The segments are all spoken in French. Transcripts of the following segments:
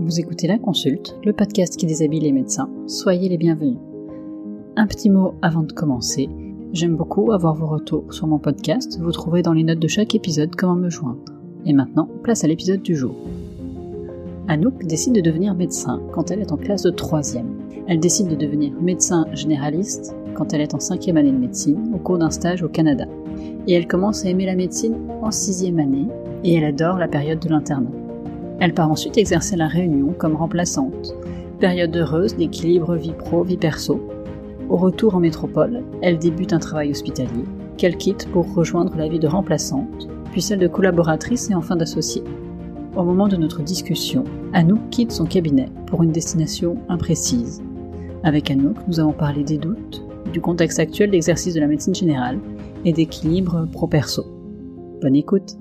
Vous écoutez La Consulte, le podcast qui déshabille les médecins. Soyez les bienvenus. Un petit mot avant de commencer. J'aime beaucoup avoir vos retours sur mon podcast. Vous trouverez dans les notes de chaque épisode comment me joindre. Et maintenant, place à l'épisode du jour. Anouk décide de devenir médecin quand elle est en classe de 3e. Elle décide de devenir médecin généraliste quand elle est en 5e année de médecine au cours d'un stage au Canada. Et elle commence à aimer la médecine en 6e année et elle adore la période de l'internat. Elle part ensuite exercer à La Réunion comme remplaçante. Période heureuse d'équilibre vie pro, vie perso. Au retour en métropole, elle débute un travail hospitalier qu'elle quitte pour rejoindre la vie de remplaçante, puis celle de collaboratrice et enfin d'associée. Au moment de notre discussion, Anouk quitte son cabinet pour une destination imprécise. Avec Anouk, nous avons parlé des doutes, du contexte actuel d'exercice de la médecine générale et d'équilibre pro-perso. Bonne écoute.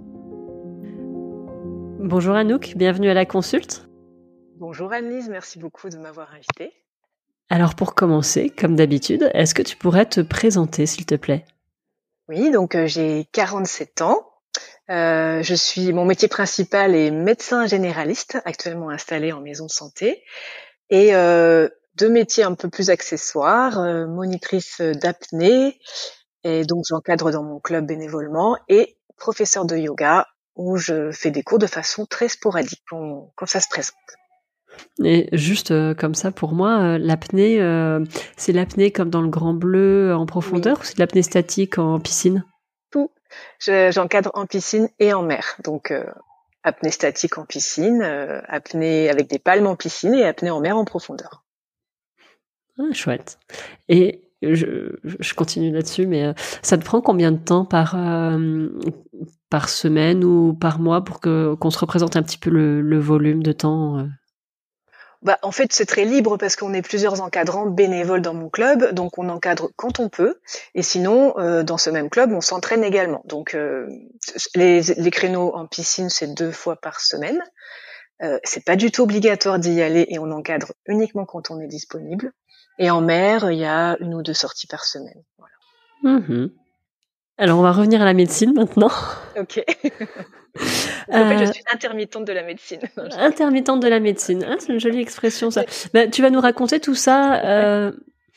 Bonjour Anouk, bienvenue à La Consulte. Bonjour Anne-Lise, merci beaucoup de m'avoir invitée. Alors pour commencer, comme d'habitude, est-ce que tu pourrais te présenter s'il te plaît ? Oui, donc j'ai 47 ans. Mon métier principal est médecin généraliste, actuellement installé en maison de santé. Et deux métiers un peu plus accessoires, monitrice d'apnée, et donc j'encadre dans mon club bénévolement, et professeur de yoga, où je fais des cours de façon très sporadique quand ça se présente. Et juste comme ça, pour moi, l'apnée, c'est l'apnée comme dans le Grand Bleu en profondeur ou c'est de l'apnée statique en piscine ? Tout. J'encadre en piscine et en mer. Donc, apnée statique en piscine, apnée avec des palmes en piscine et apnée en mer en profondeur. Ah, chouette. Et je continue là-dessus, mais ça te prend combien de temps par semaine ou par mois pour qu'on se représente un petit peu le volume de temps En fait, c'est très libre parce qu'on est plusieurs encadrants bénévoles dans mon club, donc on encadre quand on peut. Et sinon, dans ce même club, on s'entraîne également. Donc, les créneaux en piscine, c'est 2 fois par semaine. C'est pas du tout obligatoire d'y aller et on encadre uniquement quand on est disponible. Et en mer, il y a 1 ou 2 sorties par semaine. Voilà. Mmh. Alors, on va revenir à la médecine maintenant. Ok. En fait, je suis intermittente de la médecine. Intermittente de la médecine. Ah, c'est une jolie expression, ça. Ben, tu vas nous raconter tout ça.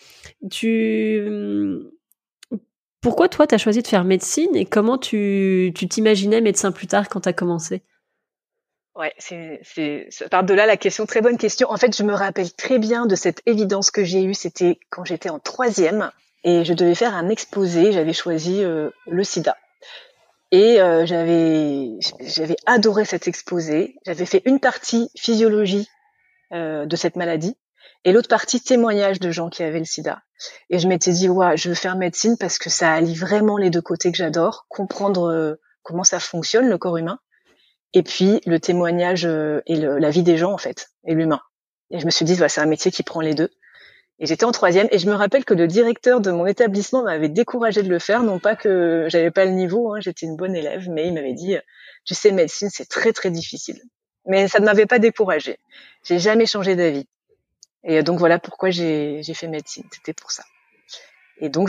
Pourquoi toi, tu as choisi de faire médecine et comment tu t'imaginais médecin plus tard quand tu as commencé ? Ouais, ça part de là la question, très bonne question. En fait, je me rappelle très bien de cette évidence que j'ai eue, c'était quand j'étais en 3e et je devais faire un exposé, j'avais choisi le sida. Et j'avais adoré cet exposé. J'avais fait une partie physiologie de cette maladie et l'autre partie témoignage de gens qui avaient le sida. Et je m'étais dit, ouais, je veux faire médecine parce que ça allie vraiment les deux côtés que j'adore, comprendre comment ça fonctionne, le corps humain, et puis le témoignage et la vie des gens, en fait, et l'humain. Et je me suis dit, c'est un métier qui prend les deux. Et j'étais en 3e, et je me rappelle que le directeur de mon établissement m'avait découragée de le faire, non pas que j'avais pas le niveau, hein, j'étais une bonne élève, mais il m'avait dit, tu sais, médecine, c'est très très difficile. Mais ça ne m'avait pas découragée. J'ai jamais changé d'avis. Et donc voilà pourquoi j'ai fait médecine, c'était pour ça. Et donc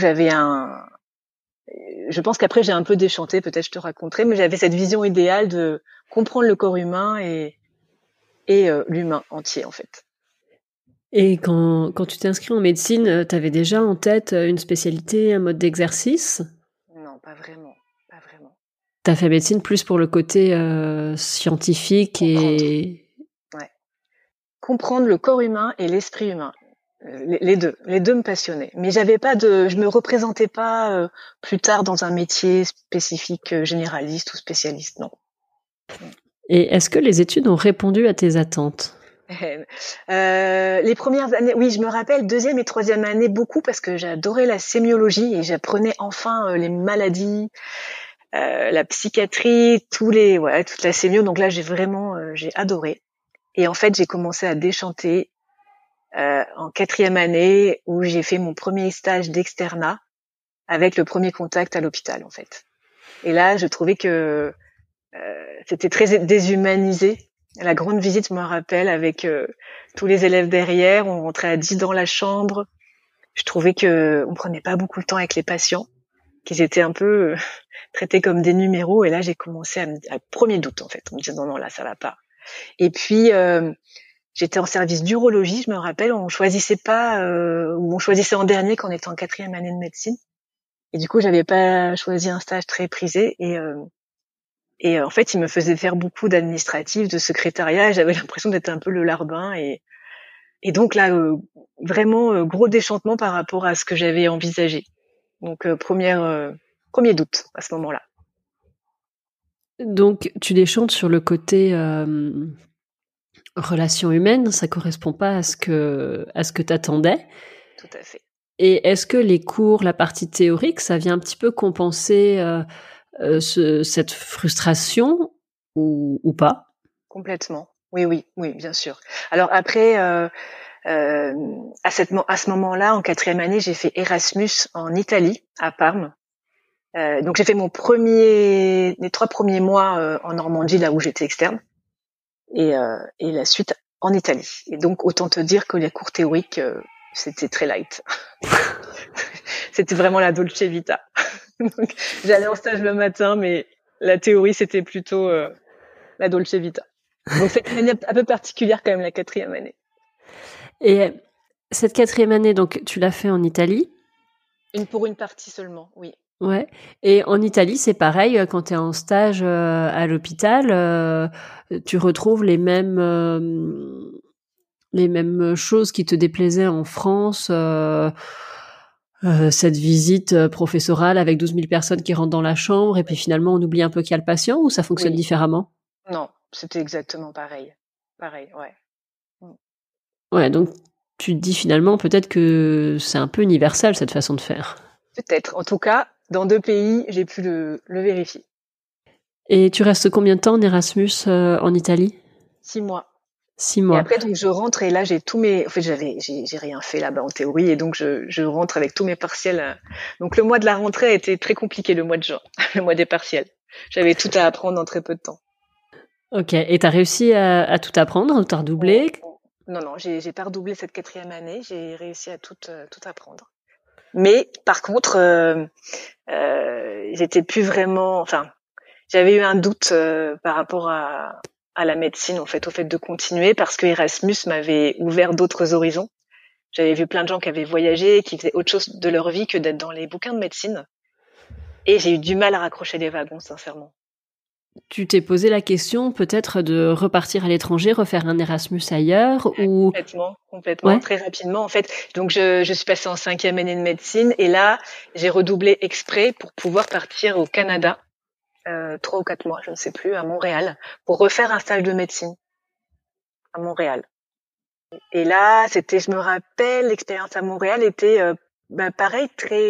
je pense qu'après j'ai un peu déchanté, peut-être je te raconterai, mais j'avais cette vision idéale de comprendre le corps humain et l'humain entier, en fait. Et quand tu t'es inscrit en médecine, tu avais déjà en tête une spécialité, un mode d'exercice ? Non, pas vraiment, pas vraiment. Tu as fait médecine plus pour le côté scientifique et... Ouais. Comprendre le corps humain et l'esprit humain. Les deux me passionnaient. Mais je me représentais pas plus tard dans un métier spécifique généraliste ou spécialiste, non. Et est-ce que les études ont répondu à tes attentes ? Les premières années, oui, je me rappelle, 2e et 3e année beaucoup parce que j'adorais la sémiologie et j'apprenais enfin les maladies, la psychiatrie, toute la sémio. Donc là, j'ai adoré. Et en fait, j'ai commencé à déchanter en 4e année où j'ai fait mon premier stage d'externat avec le premier contact à l'hôpital, en fait. Et là, je trouvais que c'était très déshumanisé. La grande visite, je me rappelle, avec tous les élèves derrière, on rentrait à 10 dans la chambre. Je trouvais que on prenait pas beaucoup de temps avec les patients, qu'ils étaient un peu traités comme des numéros. Et là, j'ai commencé à premier doute, en fait. On me disait non, là, ça va pas. Et puis, J'étais en service d'urologie, je me rappelle, on choisissait pas, ou on choisissait en dernier quand on était en 4e année de médecine. Et du coup, j'avais pas choisi un stage très prisé et en fait, il me faisait faire beaucoup d'administratif, de secrétariat. J'avais l'impression d'être un peu le larbin et donc là, vraiment gros déchantement par rapport à ce que j'avais envisagé. Donc premier doute à ce moment-là. Donc, tu déchantes sur le côté relation humaine, ça correspond pas à ce que t'attendais. Tout à fait. Et est-ce que les cours, la partie théorique, ça vient un petit peu compenser cette frustration ou pas? Complètement. Oui, bien sûr. Alors après, à ce moment-là, en 4e année, j'ai fait Erasmus en Italie, à Parme. Donc j'ai fait les 3 premiers mois en Normandie, là où j'étais externe, et la suite en Italie. Et donc autant te dire que les cours théoriques, c'était très light. C'était vraiment la Dolce Vita. Donc, j'allais en stage le matin, mais la théorie c'était plutôt la Dolce Vita. Donc c'est une année un peu particulière quand même, la 4e année. Et cette 4e année, donc tu l'as fait en Italie? Pour une partie seulement, oui. Ouais. Et en Italie, c'est pareil, quand tu es en stage à l'hôpital, tu retrouves les mêmes choses qui te déplaisaient en France, cette visite professorale avec 12 000 personnes qui rentrent dans la chambre et puis finalement on oublie un peu qu'il y a le patient, ou ça fonctionne Oui. différemment? Non, c'était exactement pareil. Pareil, ouais. Ouais, donc tu te dis finalement peut-être que c'est un peu universel cette façon de faire. Peut-être. En tout cas, dans 2 pays, j'ai pu le vérifier. Et tu restes combien de temps en Erasmus en Italie? 6 mois. 6 Et mois. après, donc, je rentre et là, en fait, j'ai rien fait là-bas en théorie et donc je rentre avec tous mes partiels. Donc, le mois de la rentrée a été très compliqué, le mois de juin, le mois des partiels. J'avais tout à apprendre en très peu de temps. Ok. Et t'as réussi à tout apprendre ou t'as redoublé? Non, j'ai pas redoublé cette 4e année. J'ai réussi à tout apprendre. Mais par contre, j'étais plus vraiment. Enfin, j'avais eu un doute par rapport à la médecine, en fait, au fait de continuer, parce que Erasmus m'avait ouvert d'autres horizons. J'avais vu plein de gens qui avaient voyagé, qui faisaient autre chose de leur vie que d'être dans les bouquins de médecine. Et j'ai eu du mal à raccrocher les wagons, sincèrement. Tu t'es posé la question peut-être de repartir à l'étranger, refaire un Erasmus ailleurs ou... Complètement, Ouais. très rapidement, en fait. Donc, je suis passée en 5e année de médecine et là, j'ai redoublé exprès pour pouvoir partir au Canada, 3 ou 4 mois, je ne sais plus, à Montréal, pour refaire un stage de médecine à Montréal. Et là, je me rappelle, l'expérience à Montréal était, pareil,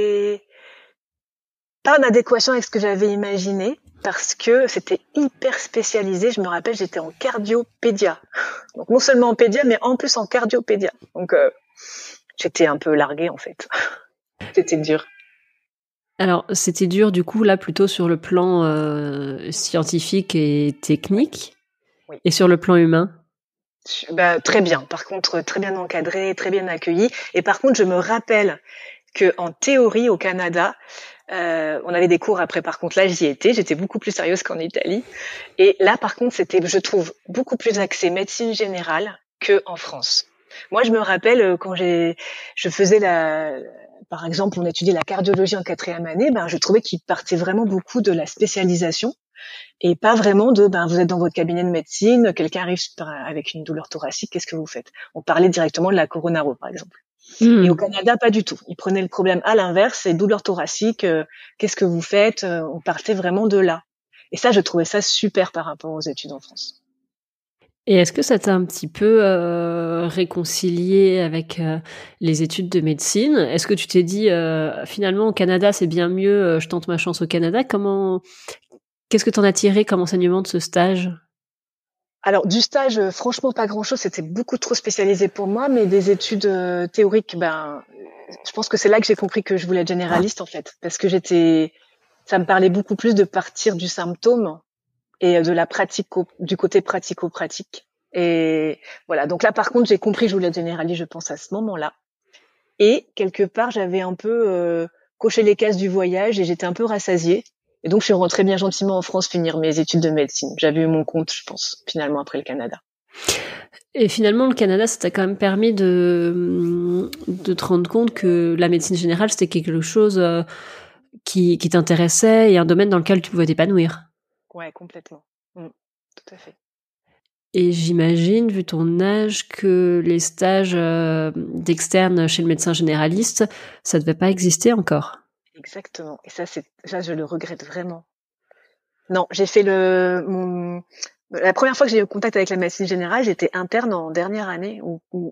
pas en adéquation avec ce que j'avais imaginé, parce que c'était hyper spécialisé. Je me rappelle, j'étais en cardiopédia. Donc non seulement en pédia, mais en plus en cardiopédia. Donc j'étais un peu larguée en fait. C'était dur. Alors, c'était dur du coup là plutôt sur le plan scientifique et technique, Oui. et sur le plan humain. Très bien. Par contre, très bien encadré, très bien accueilli. Et par contre, je me rappelle que en théorie au Canada, on avait des cours après. Par contre, là, j'y étais. J'étais beaucoup plus sérieuse qu'en Italie. Et là, par contre, c'était, je trouve, beaucoup plus axé médecine générale que en France. Moi, je me rappelle quand je faisais par exemple, on étudiait la cardiologie en 4e année. Je trouvais qu'il partait vraiment beaucoup de la spécialisation et pas vraiment vous êtes dans votre cabinet de médecine, quelqu'un arrive avec une douleur thoracique, qu'est-ce que vous faites? On parlait directement de la coronaro, par exemple. Et au Canada, pas du tout. Ils prenaient le problème à l'inverse, c'est douleur thoracique, qu'est-ce que vous faites? On partait vraiment de là. Et ça, je trouvais ça super par rapport aux études en France. Et est-ce que ça t'a un petit peu réconcilié avec les études de médecine? Est-ce que tu t'es dit finalement au Canada c'est bien mieux, je tente ma chance au Canada? Qu'est-ce que t'en as tiré comme enseignement de ce stage? Alors du stage, franchement pas grand-chose, c'était beaucoup trop spécialisé pour moi, mais des études théoriques, je pense que c'est là que j'ai compris que je voulais être généraliste en fait, parce que ça me parlait beaucoup plus de partir du symptôme et de la du côté pratico-pratique. Et voilà, donc là par contre j'ai compris que je voulais être généraliste, je pense à ce moment-là. Et quelque part j'avais un peu coché les cases du voyage et j'étais un peu rassasiée. Et donc je suis rentrée bien gentiment en France finir mes études de médecine. J'avais eu mon compte, je pense, finalement après le Canada. Et finalement, le Canada, ça t'a quand même permis de te rendre compte que la médecine générale, c'était quelque chose qui t'intéressait et un domaine dans lequel tu pouvais t'épanouir. Ouais, complètement. Tout à fait. Et j'imagine, vu ton âge, que les stages d'externe chez le médecin généraliste, ça devait pas exister encore. Exactement. Et ça, je le regrette vraiment. Non, j'ai fait la première fois que j'ai eu contact avec la médecine générale, j'étais interne en dernière année ou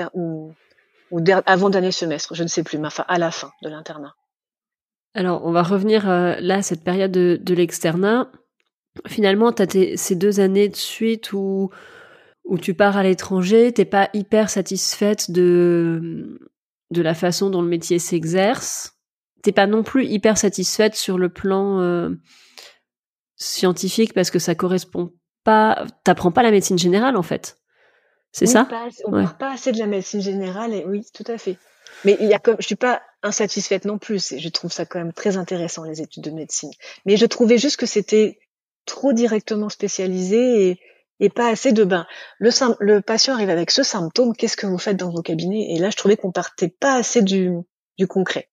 avant dernier semestre, je ne sais plus, mais enfin à la fin de l'internat. Alors, on va revenir là à cette période de l'externat. Finalement, t'as ces 2 années de suite où tu pars à l'étranger, t'es pas hyper satisfaite de la façon dont le métier s'exerce. T'es pas non plus hyper satisfaite sur le plan scientifique parce que ça correspond pas. T'apprends pas la médecine générale en fait. C'est Oui, ça? on Ouais. parle pas assez de la médecine générale et oui, tout à fait. Mais je suis pas insatisfaite non plus. Je trouve ça quand même très intéressant les études de médecine. Mais je trouvais juste que c'était trop directement spécialisé et pas assez le patient arrive avec ce symptôme. Qu'est-ce que vous faites dans vos cabinets? Et là, je trouvais qu'on partait pas assez du concret.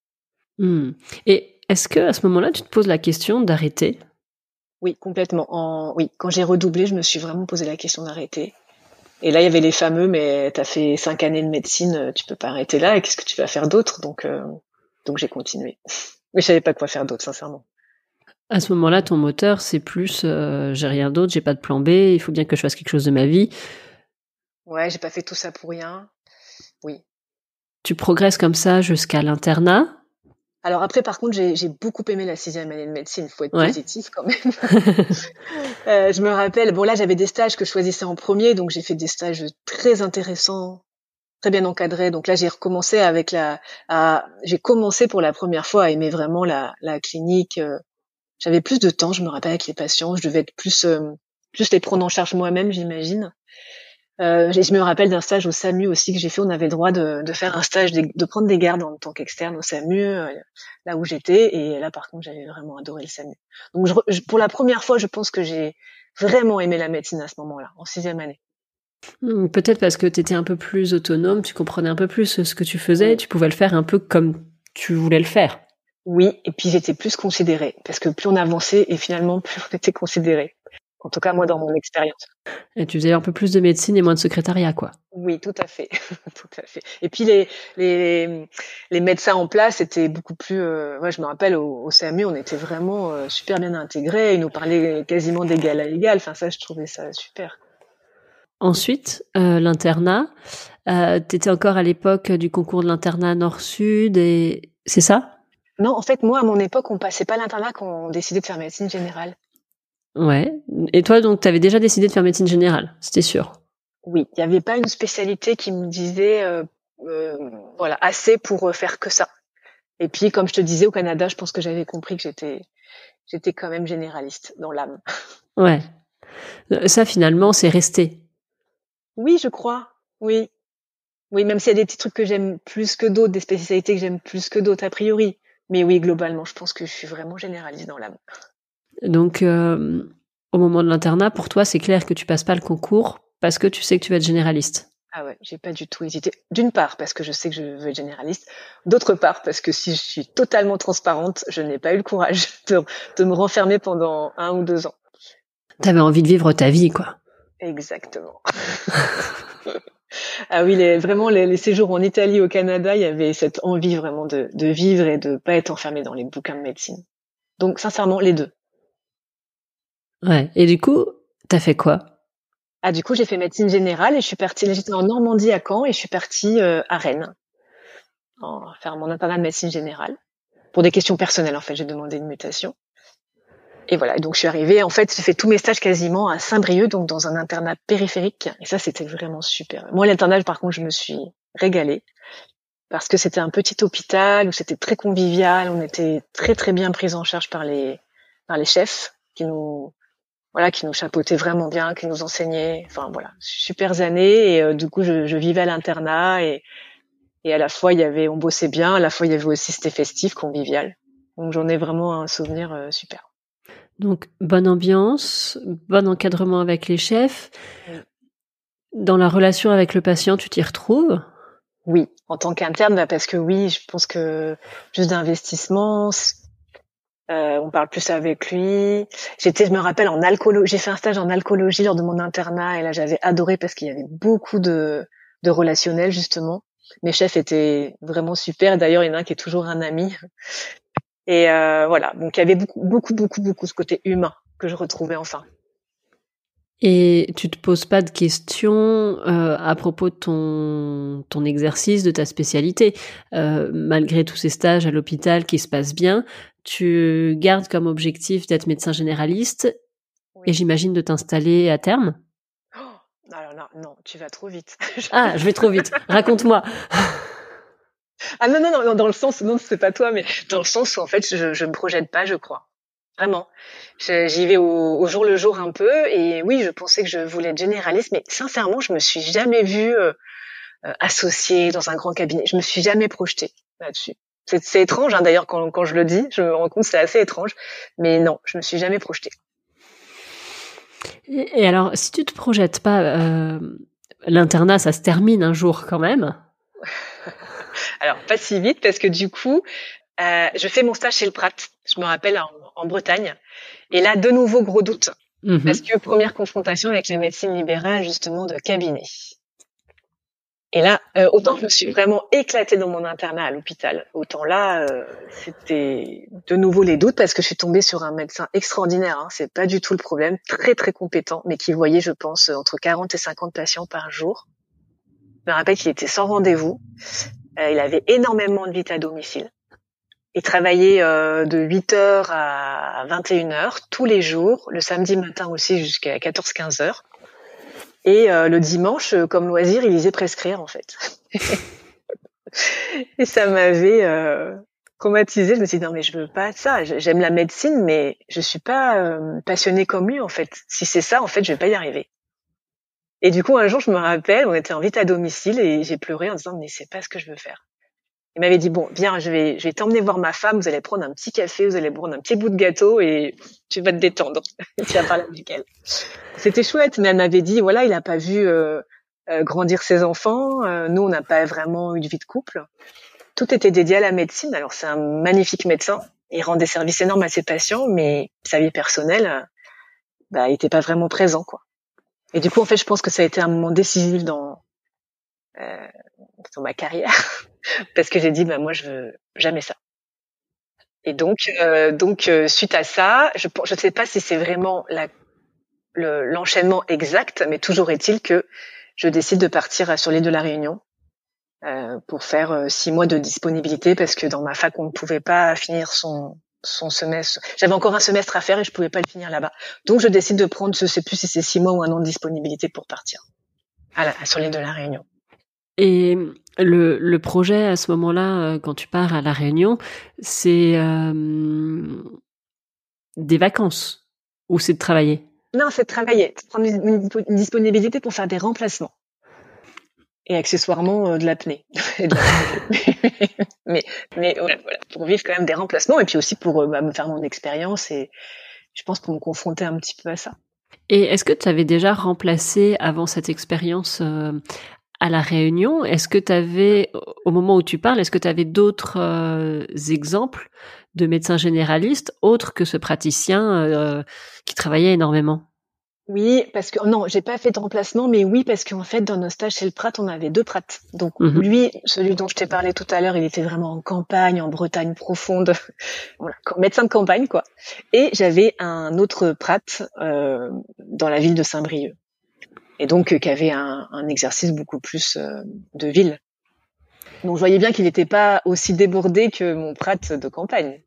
Et est-ce que à ce moment-là, tu te poses la question d'arrêter? Oui, complètement. Oui, quand j'ai redoublé, je me suis vraiment posé la question d'arrêter. Et là, il y avait les fameux, mais t'as fait 5 années de médecine, tu peux pas arrêter là, et qu'est-ce que tu vas faire d'autre? Donc j'ai continué. Mais je savais pas quoi faire d'autre, sincèrement. À ce moment-là, ton moteur, c'est plus j'ai rien d'autre, j'ai pas de plan B, il faut bien que je fasse quelque chose de ma vie. Ouais, j'ai pas fait tout ça pour rien. Oui. Tu progresses comme ça jusqu'à l'internat. Alors après, par contre, j'ai beaucoup aimé la 6e année de médecine. Faut être Ouais. positif quand même. Je me rappelle, bon là, j'avais des stages que je choisissais en premier, donc j'ai fait des stages très intéressants, très bien encadrés. Donc là, j'ai recommencé j'ai commencé pour la première fois à aimer vraiment la clinique. J'avais plus de temps, je me rappelle, avec les patients. Je devais être plus les prendre en charge moi-même, j'imagine. Je me rappelle d'un stage au SAMU aussi que j'ai fait. On avait le droit de faire un stage, de prendre des gardes en tant qu'externe au SAMU, là où j'étais. Et là, par contre, j'avais vraiment adoré le SAMU. Donc, pour la première fois, je pense que j'ai vraiment aimé la médecine à ce moment-là, en 6e année. Peut-être parce que tu étais un peu plus autonome, tu comprenais un peu plus ce que tu faisais, Oui, tu pouvais le faire un peu comme tu voulais le faire. oui. Et puis j'étais plus considérée, parce que plus on avançait et finalement plus on était considéré. En tout cas, moi, dans mon expérience. Et tu faisais un peu plus de médecine et moins de secrétariat, quoi. Oui, tout à fait, tout à fait. Et puis les médecins en place étaient beaucoup plus. Ouais, je me rappelle au CMU, on était vraiment super bien intégrés. Ils nous parlaient quasiment d'égal à égal. Enfin, ça, je trouvais ça super. Ensuite, l'internat, t'étais encore à l'époque du concours de l'internat Nord-Sud et c'est ça? Non, en fait, moi, à mon époque, on passait pas l'internat quand on décidait de faire médecine générale. Ouais. Et toi, donc, t'avais déjà décidé de faire médecine générale, c'était sûr. Oui, il n'y avait pas une spécialité qui me disait voilà assez pour faire que ça. Et puis, comme je te disais, au Canada, je pense que j'avais compris que j'étais quand même généraliste dans l'âme. Ouais. Ça, finalement, c'est resté. Oui, je crois. Oui. Oui, même s'il y a des petits trucs que j'aime plus que d'autres, des spécialités que j'aime plus que d'autres a priori. Mais oui, globalement, je pense que je suis vraiment généraliste dans l'âme. Donc, au moment de l'internat, pour toi, c'est clair que tu passes pas le concours parce que tu sais que tu vas être généraliste. Ah ouais, j'ai pas du tout hésité. D'une part, parce que je sais que je veux être généraliste. D'autre part, parce que si je suis totalement transparente, je n'ai pas eu le courage de me renfermer pendant 1 ou 2 ans. T'avais envie de vivre ta vie, quoi. Exactement. Ah oui, vraiment, les séjours en Italie, au Canada, il y avait cette envie vraiment de vivre et de pas être enfermé dans les bouquins de médecine. Donc, sincèrement, les deux. Ouais. Et du coup, t'as fait quoi? Ah, du coup, j'ai fait médecine générale et je suis partie, là, j'étais en Normandie à Caen et je suis partie à Rennes faire mon internat de médecine générale. Pour des questions personnelles, en fait, j'ai demandé une mutation. Et voilà, donc je suis arrivée, en fait, j'ai fait tous mes stages quasiment à Saint-Brieuc, donc dans un internat périphérique. Et ça, c'était vraiment super. Moi, l'internat, par contre, je me suis régalée parce que c'était un petit hôpital où c'était très convivial. On était très, très bien pris en charge par les chefs qui nous chapeautaient vraiment bien, qui nous enseignaient. Enfin, voilà, super années. Et du coup, je vivais à l'internat et à la fois, on bossait bien, à la fois, il y avait aussi, c'était festif, convivial. Donc, j'en ai vraiment un souvenir super. Donc, bonne ambiance, bon encadrement avec les chefs. Oui. Dans la relation avec le patient, tu t'y retrouves? Oui, en tant qu'interne, parce que oui, je pense que juste d'investissement, on parle plus avec lui. Je me rappelle, j'ai fait un stage en alcoolologie lors de mon internat, et là j'avais adoré parce qu'il y avait beaucoup de relationnel justement. Mes chefs étaient vraiment super. D'ailleurs, il y en a un qui est toujours un ami. Et voilà, donc il y avait beaucoup ce côté humain que je retrouvais enfin. Et tu te poses pas de questions à propos de ton exercice, de ta spécialité. Malgré tous ces stages à l'hôpital qui se passent bien, tu gardes comme objectif d'être médecin généraliste Oui. et j'imagine de t'installer à terme? Oh, alors là, non, tu vas trop vite. Ah, je vais trop vite. Raconte-moi. Ah non, dans le sens, non, c'est pas toi, mais dans le sens où en fait, je me projette pas, je crois. Vraiment. J'y vais au jour le jour un peu, et oui, je pensais que je voulais être généraliste, mais sincèrement, je me suis jamais vue associée dans un grand cabinet. Je me suis jamais projetée là-dessus. C'est étrange, hein, d'ailleurs, quand je le dis, je me rends compte que c'est assez étrange, mais non, je me suis jamais projetée. Et alors, si tu te projettes pas, l'internat, ça se termine un jour quand même. Alors, pas si vite, parce que du coup, je fais mon stage chez le Prat, je me rappelle, en Bretagne. Et là, de nouveau, gros doute. Parce que première confrontation avec la médecine libérale, justement, de cabinet. Et là, autant je me suis vraiment éclatée dans mon internat à l'hôpital, autant là, c'était de nouveau les doutes, parce que je suis tombée sur un médecin extraordinaire, hein, c'est pas du tout le problème, très très compétent, mais qui voyait, je pense, entre 40 et 50 patients par jour. Je me rappelle qu'il était sans rendez-vous, il avait énormément de visites à domicile. Il travaillait de 8h à 21h tous les jours, le samedi matin aussi jusqu'à 14-15 heures. Et le dimanche, comme loisir, il lisait Prescrire en fait. Et ça m'avait traumatisée. Je me suis dit non mais je veux pas ça. J'aime la médecine, mais je suis pas passionnée comme lui en fait. Si c'est ça, en fait, je vais pas y arriver. Et du coup, un jour, je me rappelle, on était en visite à domicile et j'ai pleuré en disant mais c'est pas ce que je veux faire. Il m'avait dit bon, viens, je vais t'emmener voir ma femme, vous allez prendre un petit café, vous allez prendre un petit bout de gâteau et tu vas te détendre. Tu vas parler avec elle. C'était chouette, mais elle m'avait dit voilà, il a pas vu grandir ses enfants, nous on n'a pas vraiment eu de vie de couple. Tout était dédié à la médecine. Alors c'est un magnifique médecin, il rend des services énormes à ses patients, mais sa vie personnelle, il était pas vraiment présent quoi. Et du coup en fait, je pense que ça a été un moment décisif euh, dans ma carrière. Parce que j'ai dit moi je veux jamais ça. Et donc suite à ça, je sais pas si c'est vraiment l'enchaînement exact, mais toujours est-il que je décide de partir sur l'île de la Réunion pour faire 6 mois de disponibilité, parce que dans ma fac on ne pouvait pas finir son semestre. J'avais encore un semestre à faire et je pouvais pas le finir là-bas. Donc je décide de prendre, je sais plus si c'est 6 mois ou un an de disponibilité pour partir sur l'île de la Réunion. Et le projet à ce moment-là, quand tu pars à La Réunion, c'est des vacances ou c'est de travailler? Non, c'est de travailler, de prendre une disponibilité pour faire des remplacements. Et accessoirement de l'apnée. mais voilà, pour vivre quand même des remplacements, et puis aussi pour me faire mon expérience, et je pense pour me confronter un petit peu à ça. Et est-ce que tu avais déjà remplacé avant cette expérience à La Réunion? Est-ce que tu avais, au moment où tu parles, est-ce que tu avais d'autres exemples de médecins généralistes autres que ce praticien qui travaillait énormément? Oui, parce que non, j'ai pas fait de remplacement, mais oui, parce qu'en fait, dans nos stages chez le Prat, on avait 2 Prats. Donc lui, celui dont je t'ai parlé tout à l'heure, il était vraiment en campagne, en Bretagne profonde, voilà, médecin de campagne quoi. Et j'avais un autre Prat dans la ville de Saint-Brieuc, et donc qui avait un exercice beaucoup plus de ville. Donc je voyais bien qu'il n'était pas aussi débordé que mon Prat de campagne.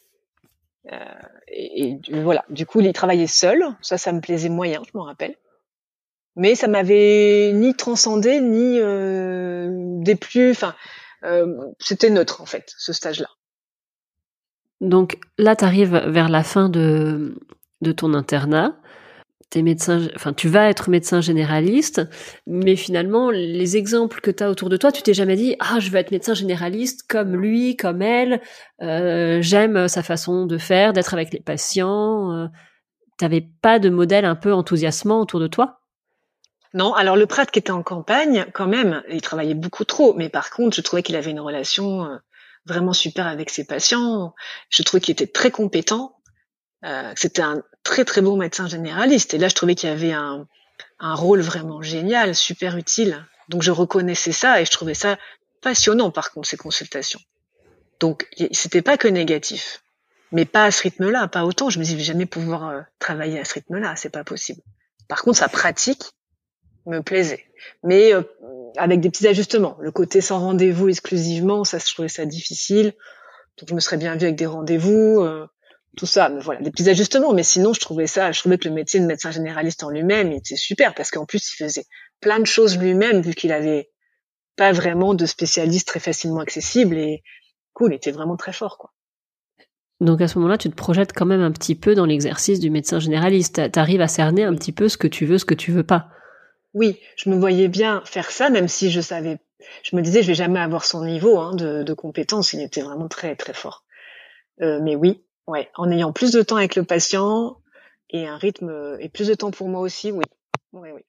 Et voilà, du coup, il travaillait seul. Ça me plaisait moyen, je m'en rappelle. Mais ça m'avait ni transcendé, ni déplu. Enfin, c'était neutre, en fait, ce stage-là. Donc là, tu arrives vers la fin de ton internat. Tu vas être médecin généraliste, mais finalement, les exemples que tu as autour de toi, tu t'es jamais dit, je veux être médecin généraliste comme lui, comme elle, j'aime sa façon de faire, d'être avec les patients. T'avais pas de modèle un peu enthousiasmant autour de toi? Non, alors le prêtre qui était en campagne, quand même, il travaillait beaucoup trop. Mais par contre, je trouvais qu'il avait une relation vraiment super avec ses patients. Je trouvais qu'il était très compétent. Que c'était un très très bon médecin généraliste. Et là, je trouvais qu'il y avait un rôle vraiment génial, super utile. Donc je reconnaissais ça et je trouvais ça passionnant par contre, ces consultations. Donc c'était pas que négatif. Mais pas à ce rythme-là, pas autant. Je me disais, je vais jamais pouvoir travailler à ce rythme-là, c'est pas possible. Par contre, sa pratique me plaisait. Mais avec des petits ajustements. Le côté sans rendez-vous exclusivement, ça, je trouvais ça difficile. Donc je me serais bien vue avec des rendez-vous, tout ça. Mais voilà, des petits ajustements. Mais sinon, je trouvais que le métier de médecin généraliste en lui-même, il était super parce qu'en plus, il faisait plein de choses lui-même vu qu'il avait pas vraiment de spécialiste très facilement accessible et cool, il était vraiment très fort, quoi. Donc à ce moment-là, tu te projettes quand même un petit peu dans l'exercice du médecin généraliste. T'arrives à cerner un petit peu ce que tu veux pas. Oui, je me voyais bien faire ça, même si je me disais, je vais jamais avoir son niveau de compétence. Il était vraiment très très fort. Mais oui, ouais, en ayant plus de temps avec le patient et un rythme et plus de temps pour moi aussi, oui, oui, oui.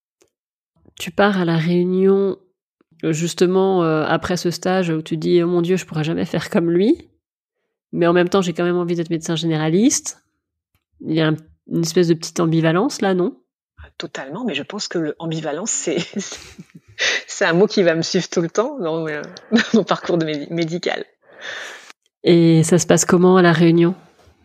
Tu pars à la Réunion justement après ce stage où tu dis oh mon Dieu, je pourrais jamais faire comme lui, mais en même temps j'ai quand même envie d'être médecin généraliste. Il y a une espèce de petite ambivalence là, non? Totalement, mais je pense que l'ambivalence, c'est un mot qui va me suivre tout le temps dans mon parcours médical. Et ça se passe comment à la Réunion?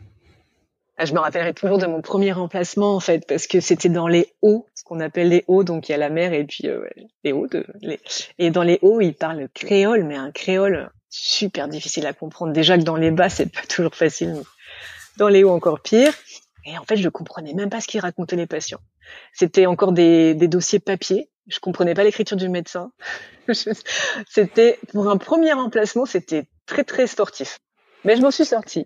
Je me rappellerai toujours de mon premier remplacement en fait, parce que c'était dans les Hauts, ce qu'on appelle les Hauts, donc il y a la mer et puis les Hauts. Et dans les Hauts, ils parlent créole, mais un créole super difficile à comprendre. Déjà que dans les bas, c'est pas toujours facile, mais dans les Hauts encore pire. Et en fait, je comprenais même pas ce qu'ils racontaient les patients. C'était encore des dossiers papier. Je comprenais pas l'écriture du médecin. C'était pour un premier remplacement, c'était très très sportif. Mais je m'en suis sortie.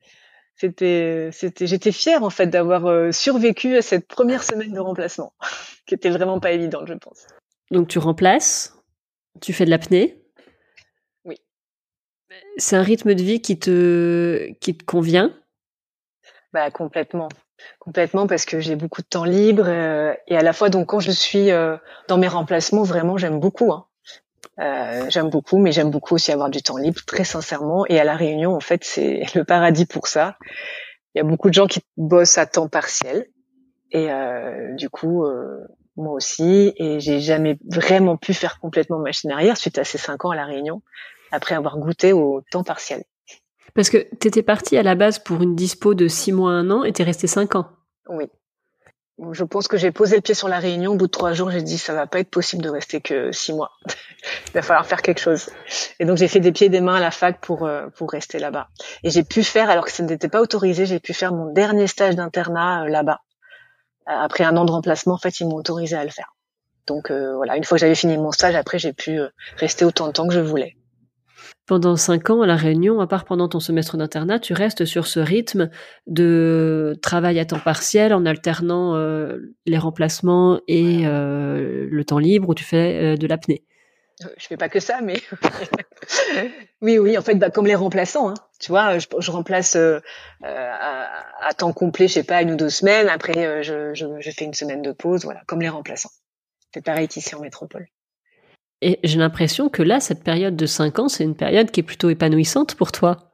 J'étais fière en fait d'avoir survécu à cette première semaine de remplacement, qui était vraiment pas évidente, je pense. Donc tu remplaces, tu fais de l'apnée. Oui. C'est un rythme de vie qui te convient? Bah complètement parce que j'ai beaucoup de temps libre et à la fois donc quand je suis dans mes remplacements vraiment j'aime beaucoup. J'aime beaucoup, mais j'aime beaucoup aussi avoir du temps libre, très sincèrement. Et à La Réunion, en fait, c'est le paradis pour ça. Il y a beaucoup de gens qui bossent à temps partiel. Et du coup, moi aussi. Et j'ai jamais vraiment pu faire complètement machine arrière suite à ces 5 ans à La Réunion, après avoir goûté au temps partiel. Parce que t'étais partie à la base pour une dispo de 6 mois, 1 an, et t'es restée 5 ans. Oui. Je pense que j'ai posé le pied sur La Réunion. Au bout de 3 jours, j'ai dit ça va pas être possible de rester que 6 mois. Il va falloir faire quelque chose. Et donc j'ai fait des pieds et des mains à la fac pour rester là-bas. Et j'ai pu faire, alors que ça n'était pas autorisé, j'ai pu faire mon dernier stage d'internat là-bas. Après 1 an de remplacement, en fait, ils m'ont autorisé à le faire. Donc voilà, une fois que j'avais fini mon stage, après j'ai pu rester autant de temps que je voulais. Pendant 5 ans à La Réunion, à part pendant ton semestre d'internat, tu restes sur ce rythme de travail à temps partiel en alternant les remplacements et le temps libre où tu fais de l'apnée. Je fais pas que ça, mais oui, en fait, comme les remplaçants, tu vois, je remplace à temps complet, je sais pas, 1 ou 2 semaines. Après, je fais une semaine de pause, voilà, comme les remplaçants. C'est pareil qu'ici en métropole. Et j'ai l'impression que là, cette période de 5 ans, c'est une période qui est plutôt épanouissante pour toi.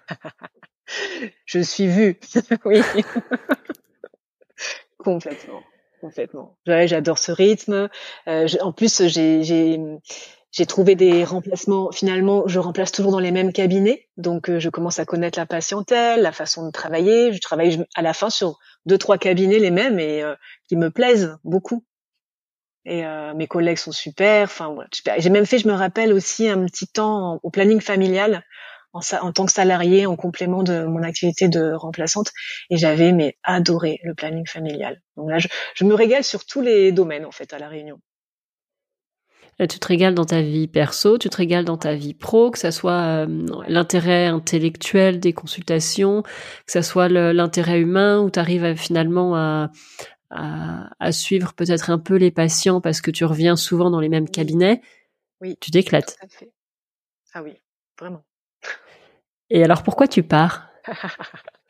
Je suis vue, oui. Complètement. Ouais, j'adore ce rythme. En plus, j'ai trouvé des remplacements. Finalement, je remplace toujours dans les mêmes cabinets, donc je commence à connaître la patientèle, la façon de travailler. Je travaille à la fin sur 2-3 cabinets les mêmes et qui me plaisent beaucoup. Et mes collègues sont super. Enfin voilà, super. J'ai même fait, je me rappelle aussi un petit temps au planning familial en tant que salarié en complément de mon activité de remplaçante et j'avais adoré le planning familial. Donc là, je me régale sur tous les domaines en fait à La Réunion. Tu te régales dans ta vie perso, tu te régales dans ta vie pro, que ça soit l'intérêt intellectuel des consultations, que ça soit l'intérêt humain, où tu arrives finalement à suivre peut-être un peu les patients parce que tu reviens souvent dans les mêmes cabinets. Oui, tu t'éclates. tout à fait. Ah oui, vraiment. Et alors pourquoi tu pars?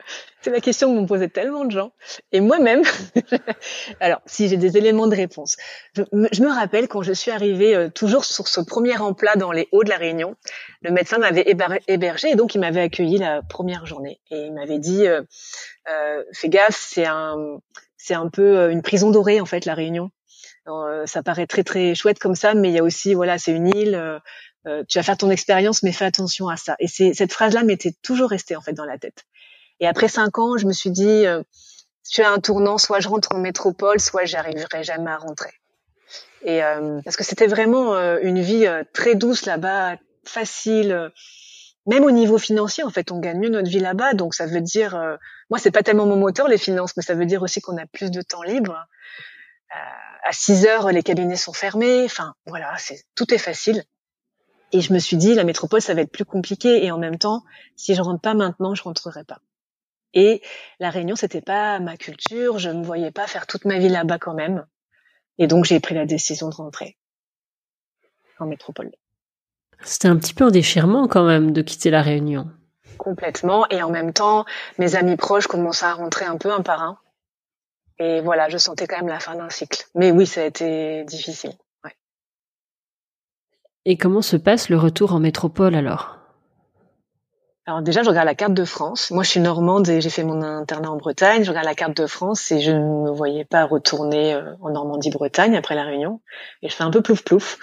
C'est la question que m'ont posé tellement de gens. Et moi-même, alors, si j'ai des éléments de réponse. Je me rappelle quand je suis arrivée toujours sur ce premier emploi dans les Hauts de la Réunion, le médecin m'avait hébergée et donc il m'avait accueillie la première journée. Et il m'avait dit, fais gaffe, c'est un peu une prison dorée en fait, la Réunion. Ça paraît très très chouette comme ça, mais il y a aussi, voilà, c'est une île. Tu vas faire ton expérience, mais fais attention à ça. Et cette phrase-là m'était toujours restée en fait dans la tête. Et après 5 ans, je me suis dit, je suis à un tournant, soit je rentre en métropole, soit j'arriverai jamais à rentrer. Et parce que c'était vraiment une vie très douce là-bas, facile. Même au niveau financier, en fait, on gagne mieux notre vie là-bas. Donc ça veut dire, moi, c'est pas tellement mon moteur les finances, mais ça veut dire aussi qu'on a plus de temps libre. À 6 heures, les cabinets sont fermés. Enfin, voilà, tout est facile. Et je me suis dit, la métropole, ça va être plus compliqué. Et en même temps, si je rentre pas maintenant, je rentrerai pas. Et la Réunion, c'était pas ma culture. Je me voyais pas faire toute ma vie là-bas quand même. Et donc, j'ai pris la décision de rentrer en métropole. C'était un petit peu un déchirement quand même de quitter la Réunion. Complètement. Et en même temps, mes amis proches commençaient à rentrer un peu un par un. Et voilà, je sentais quand même la fin d'un cycle. Mais oui, ça a été difficile. Ouais. Et comment se passe le retour en métropole alors ? Alors déjà, je regarde la carte de France. Moi, je suis normande et j'ai fait mon internat en Bretagne. Je regarde la carte de France et je ne me voyais pas retourner en Normandie-Bretagne après la Réunion. Et je fais un peu plouf-plouf.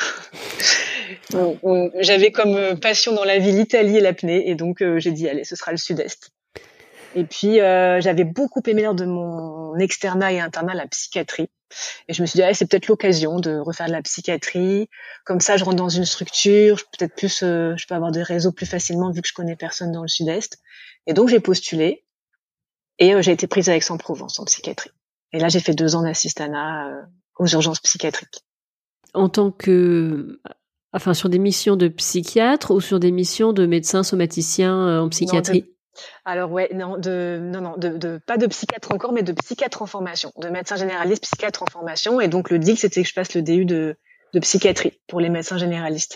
J'avais comme passion dans la vie l'Italie et l'apnée. Et donc, j'ai dit, allez, ce sera le Sud-Est. Et puis, j'avais beaucoup aimé lors de mon externat et internat la psychiatrie. Et je me suis dit, c'est peut-être l'occasion de refaire de la psychiatrie. Comme ça, je rentre dans une structure, je peux avoir des réseaux plus facilement vu que je connais personne dans le Sud-Est. Et donc, j'ai postulé et j'ai été prise à Aix-en-Provence en psychiatrie. Et là, j'ai fait 2 ans d'assistanat aux urgences psychiatriques. En tant que... Enfin, sur des missions de psychiatre ou sur des missions de médecin somaticien en psychiatrie ? Alors ouais, pas de psychiatre encore, mais de psychiatre en formation, de médecin généraliste, psychiatre en formation. Et donc le deal, c'était que je fasse le DU de psychiatrie pour les médecins généralistes.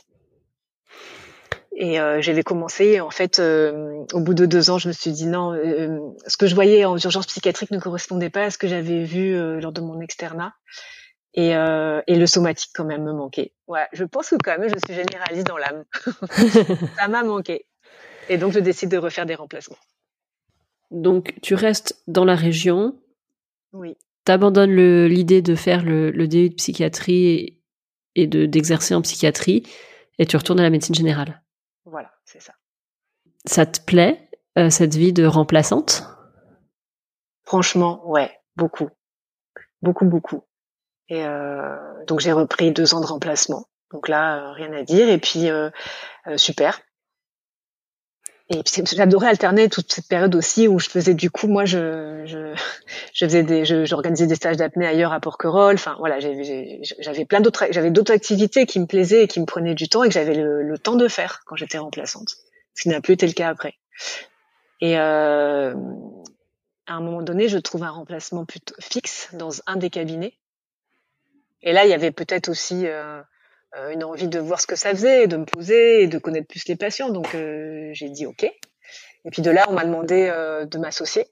Et j'avais commencé, en fait, au bout de 2 ans, je me suis dit non, ce que je voyais en urgence psychiatrique ne correspondait pas à ce que j'avais vu lors de mon externat. Et le somatique quand même me manquait. Ouais, je pense que quand même je suis généraliste dans l'âme. Ça m'a manqué. Et donc je décide de refaire des remplacements. Donc tu restes dans la région. Oui. T'abandonnes l'idée de faire le DU de psychiatrie et d'exercer en psychiatrie et tu retournes à la médecine générale. Voilà, c'est ça. Ça te plaît, cette vie de remplaçante ? Franchement, ouais, beaucoup. Beaucoup, beaucoup. Et donc j'ai repris 2 ans de remplacement. Donc là, rien à dire. Et puis, super. Et puis j'adorais alterner toute cette période aussi où je faisais du coup, moi, j'organisais des stages d'apnée ailleurs à Porquerolles. Enfin voilà, j'avais d'autres activités qui me plaisaient et qui me prenaient du temps et que j'avais le temps de faire quand j'étais remplaçante. Ce qui n'a plus été le cas après. Et à un moment donné, je trouve un remplacement plutôt fixe dans un des cabinets. Et là, il y avait peut-être aussi une envie de voir ce que ça faisait, de me poser et de connaître plus les patients. Donc, j'ai dit OK. Et puis de là, on m'a demandé de m'associer.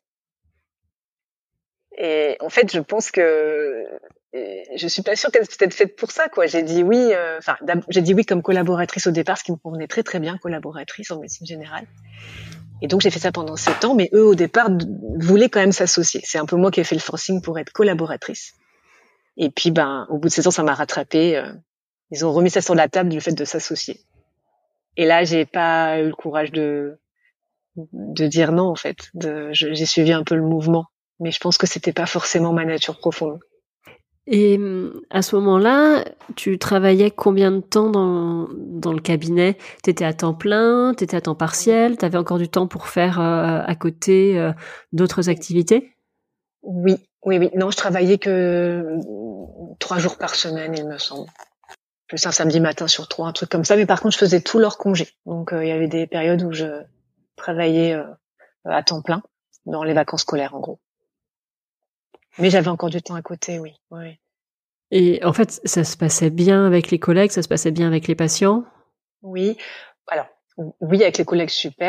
Et en fait, je pense que je suis pas sûre qu'elle soit peut-être faite pour ça, quoi. J'ai dit oui. J'ai dit oui comme collaboratrice au départ, ce qui me convenait très très bien, collaboratrice en médecine générale. Et donc j'ai fait ça pendant 7 ans, mais eux au départ voulaient quand même s'associer. C'est un peu moi qui ai fait le forcing pour être collaboratrice. Et puis au bout de 7 ans, ça m'a rattrapée. Ils ont remis ça sur la table, le fait de s'associer. Et là, j'ai pas eu le courage de dire non, en fait. J'ai suivi un peu le mouvement, mais je pense que c'était pas forcément ma nature profonde. Et à ce moment-là, tu travaillais combien de temps dans le cabinet ? T'étais à temps plein, t'étais à temps partiel, t'avais encore du temps pour faire à côté d'autres activités ? Oui. Non, je travaillais que 3 jours par semaine, il me semble. Plus un samedi matin sur 3, un truc comme ça. Mais par contre, je faisais tout leur congé. Donc, il y avait des périodes où je travaillais à temps plein, dans les vacances scolaires, en gros. Mais j'avais encore du temps à côté, oui. Et en fait, ça se passait bien avec les collègues, ça se passait bien avec les patients ? Oui. Alors, oui, avec les collègues, super.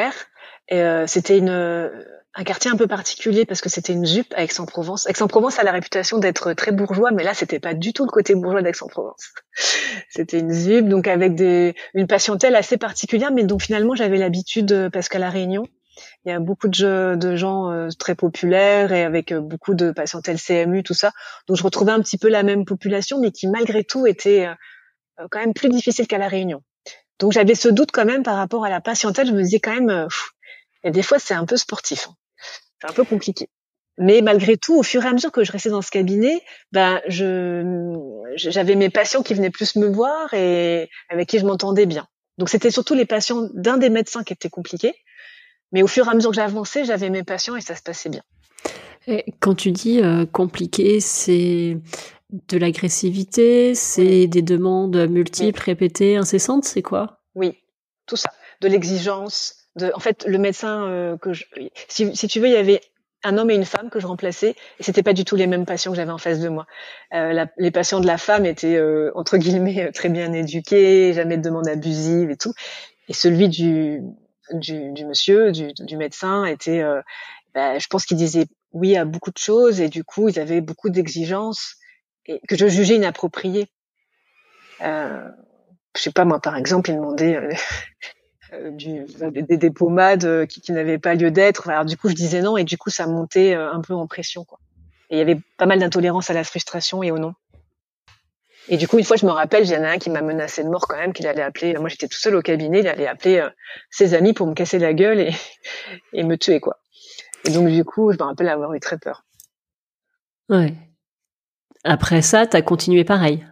Et c'était un quartier un peu particulier parce que c'était une ZUP à Aix-en-Provence. Aix-en-Provence a la réputation d'être très bourgeois, mais là, c'était pas du tout le côté bourgeois d'Aix-en-Provence. C'était une ZUP, donc avec une patientèle assez particulière, mais dont finalement j'avais l'habitude, parce qu'à La Réunion, il y a beaucoup de gens très populaires et avec beaucoup de patientèle CMU, tout ça. Donc je retrouvais un petit peu la même population, mais qui malgré tout était quand même plus difficile qu'à La Réunion. Donc j'avais ce doute quand même par rapport à la patientèle. Je me disais quand même, et des fois c'est un peu sportif, hein. C'est un peu compliqué. Mais malgré tout, au fur et à mesure que je restais dans ce cabinet, ben j'avais mes patients qui venaient plus me voir et avec qui je m'entendais bien. Donc c'était surtout les patients d'un des médecins qui étaient compliqués. Mais au fur et à mesure que j'avançais, j'avais mes patients et ça se passait bien. Et quand tu dis compliqué, c'est de l'agressivité, c'est des demandes multiples, répétées, incessantes, c'est quoi? Oui, tout ça. De l'exigence. En fait, le médecin si tu veux, il y avait un homme et une femme que je remplaçais et c'était pas du tout les mêmes patients que j'avais en face de moi. Les patients de la femme étaient entre guillemets très bien éduqués, jamais de demandes abusives et tout. Et celui du monsieur, du médecin était, je pense qu'il disait oui à beaucoup de choses et du coup, ils avaient beaucoup d'exigences et que je jugeais inappropriées. Je sais pas moi, par exemple, il demandait des pommades qui n'avaient pas lieu d'être. Alors du coup, je disais non et du coup, ça montait un peu en pression, quoi. Et il y avait pas mal d'intolérance à la frustration et au non. Et du coup, une fois, je me rappelle, il y en a un qui m'a menacé de mort quand même, qu'il allait appeler. Moi, j'étais tout seul au cabinet, il allait appeler ses amis pour me casser la gueule et me tuer, quoi. Et donc, du coup, je me rappelle avoir eu très peur. Ouais. Après ça, t'as continué pareil.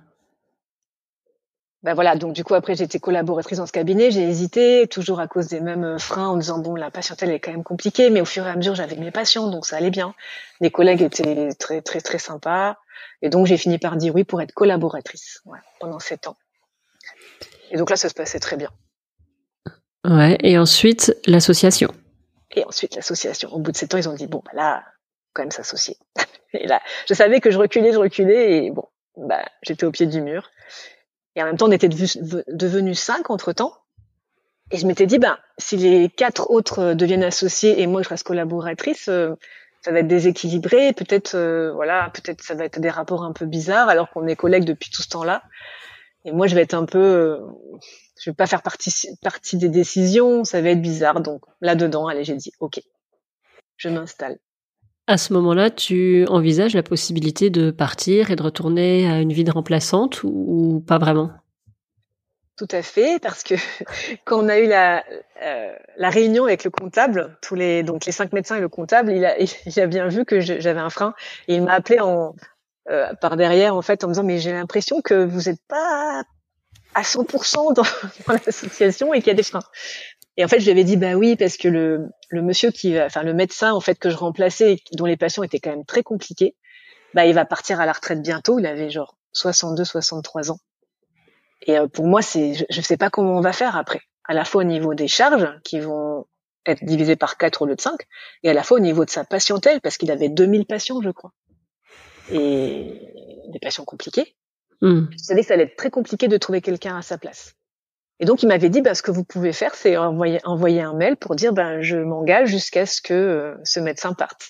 Ben voilà, donc du coup après j'étais collaboratrice dans ce cabinet, j'ai hésité, toujours à cause des mêmes freins en disant bon la patientèle est quand même compliquée, mais au fur et à mesure j'avais mes patients donc ça allait bien. Les collègues étaient très très très sympas et donc j'ai fini par dire oui pour être collaboratrice pendant 7 ans. Et donc là ça se passait très bien. Ouais, et ensuite l'association. Et ensuite l'association. Au bout de 7 ans ils ont dit bon bah là quand même s'associer. Et là je savais que je reculais et bon bah j'étais au pied du mur. Et en même temps, on était devenus 5 entre-temps. Et je m'étais dit, si les 4 autres deviennent associés et moi je reste collaboratrice, ça va être déséquilibré. Peut-être, peut-être ça va être des rapports un peu bizarres alors qu'on est collègues depuis tout ce temps-là. Et moi, je vais être un peu, je vais pas faire partie des décisions. Ça va être bizarre. Donc là-dedans, allez, j'ai dit, ok, je m'installe. À ce moment-là, tu envisages la possibilité de partir et de retourner à une vie de remplaçante ou pas vraiment? Tout à fait, parce que quand on a eu la réunion avec le comptable, donc les 5 médecins et le comptable, il a bien vu que j'avais un frein et il m'a appelé par derrière en fait en me disant mais j'ai l'impression que vous êtes pas à 100% dans l'association et qu'il y a des freins. Et en fait je lui avais dit bah oui parce que le monsieur le médecin en fait que je remplaçais dont les patients étaient quand même très compliqués, il va partir à la retraite bientôt, il avait genre 62-63 ans. Et pour moi, je sais pas comment on va faire après. À la fois au niveau des charges, qui vont être divisées par 4 au lieu de 5, et à la fois au niveau de sa patientèle, parce qu'il avait 2000 patients, je crois. Et des patients compliqués. Je savais que ça allait être très compliqué de trouver quelqu'un à sa place. Et donc, il m'avait dit, ce que vous pouvez faire, c'est envoyer un mail pour dire, je m'engage jusqu'à ce que ce médecin parte.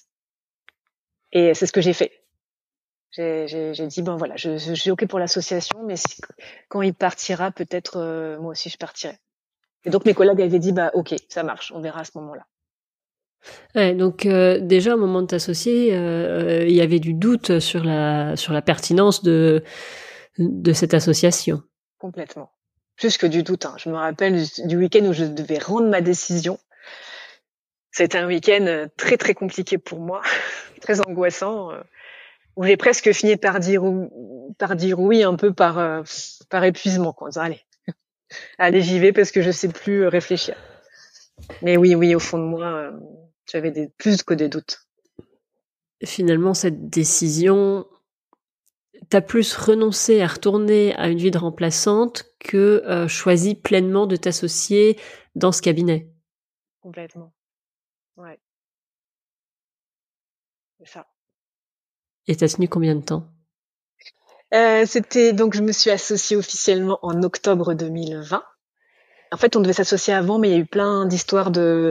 Et c'est ce que j'ai fait. J'ai dit je suis ok pour l'association, mais quand il partira, peut-être moi aussi je partirai. Et donc mes collègues avaient dit ok, ça marche, on verra à ce moment-là. Ouais, donc déjà au moment de t'associer, il y avait du doute sur la pertinence de cette association. Complètement. Plus que du doute. Je me rappelle du week-end où je devais rendre ma décision. C'était un week-end très très compliqué pour moi, très angoissant. Où j'ai presque fini par dire oui un peu par épuisement, quoi. En disant, allez j'y vais parce que je sais plus réfléchir. Mais oui au fond de moi j'avais plus que des doutes. Finalement cette décision, t'as plus renoncé à retourner à une vie de remplaçante que choisi pleinement de t'associer dans ce cabinet. Complètement. Ouais. C'est ça. Et t'as tenu combien de temps? C'était donc je me suis associée officiellement en octobre 2020 En fait, on devait s'associer avant, mais il y a eu plein d'histoires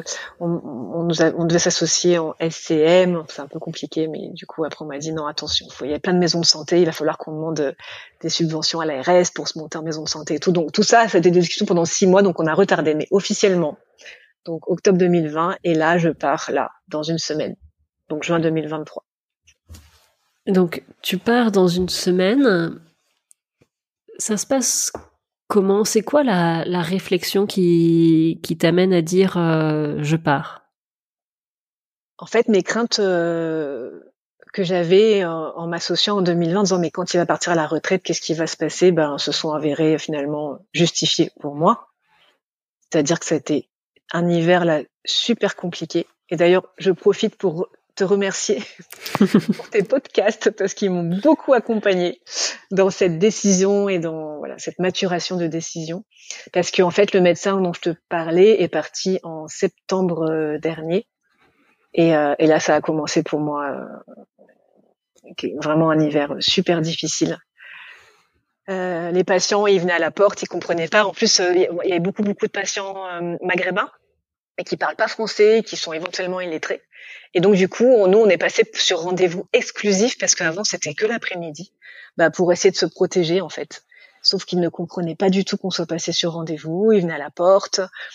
on devait s'associer en SCM. C'est un peu compliqué, mais du coup, après, on m'a dit non, attention, il y a plein de maisons de santé, il va falloir qu'on demande des subventions à l'ARS pour se monter en maison de santé et tout. Donc, tout ça, c'était des discussions pendant 6 mois, donc on a retardé. Mais officiellement, donc octobre 2020, et là, je pars dans une semaine. Donc, juin 2023. Donc, tu pars dans une semaine. Ça se passe comment? C'est quoi la réflexion qui t'amène à dire je pars? En fait, mes craintes que j'avais en m'associant en 2020, en disant mais quand il va partir à la retraite, qu'est-ce qui va se passer? Se sont avérées finalement justifiées pour moi. C'est-à-dire que ça a été un hiver là super compliqué. Et d'ailleurs, je profite pour te remercier pour tes podcasts parce qu'ils m'ont beaucoup accompagnée dans cette décision et dans cette maturation de décision. Parce qu'en fait, le médecin dont je te parlais est parti en septembre dernier. Et là, ça a commencé pour moi vraiment un hiver super difficile. Les patients, ils venaient à la porte, ils comprenaient pas. En plus, il y avait beaucoup de patients maghrébins et qui parlent pas français, qui sont éventuellement illettrés. Et donc du coup, on est passé sur rendez-vous exclusif parce qu'avant c'était que l'après-midi, pour essayer de se protéger en fait. Sauf qu'ils ne comprenaient pas du tout qu'on soit passé sur rendez-vous. Ils venaient à la porte.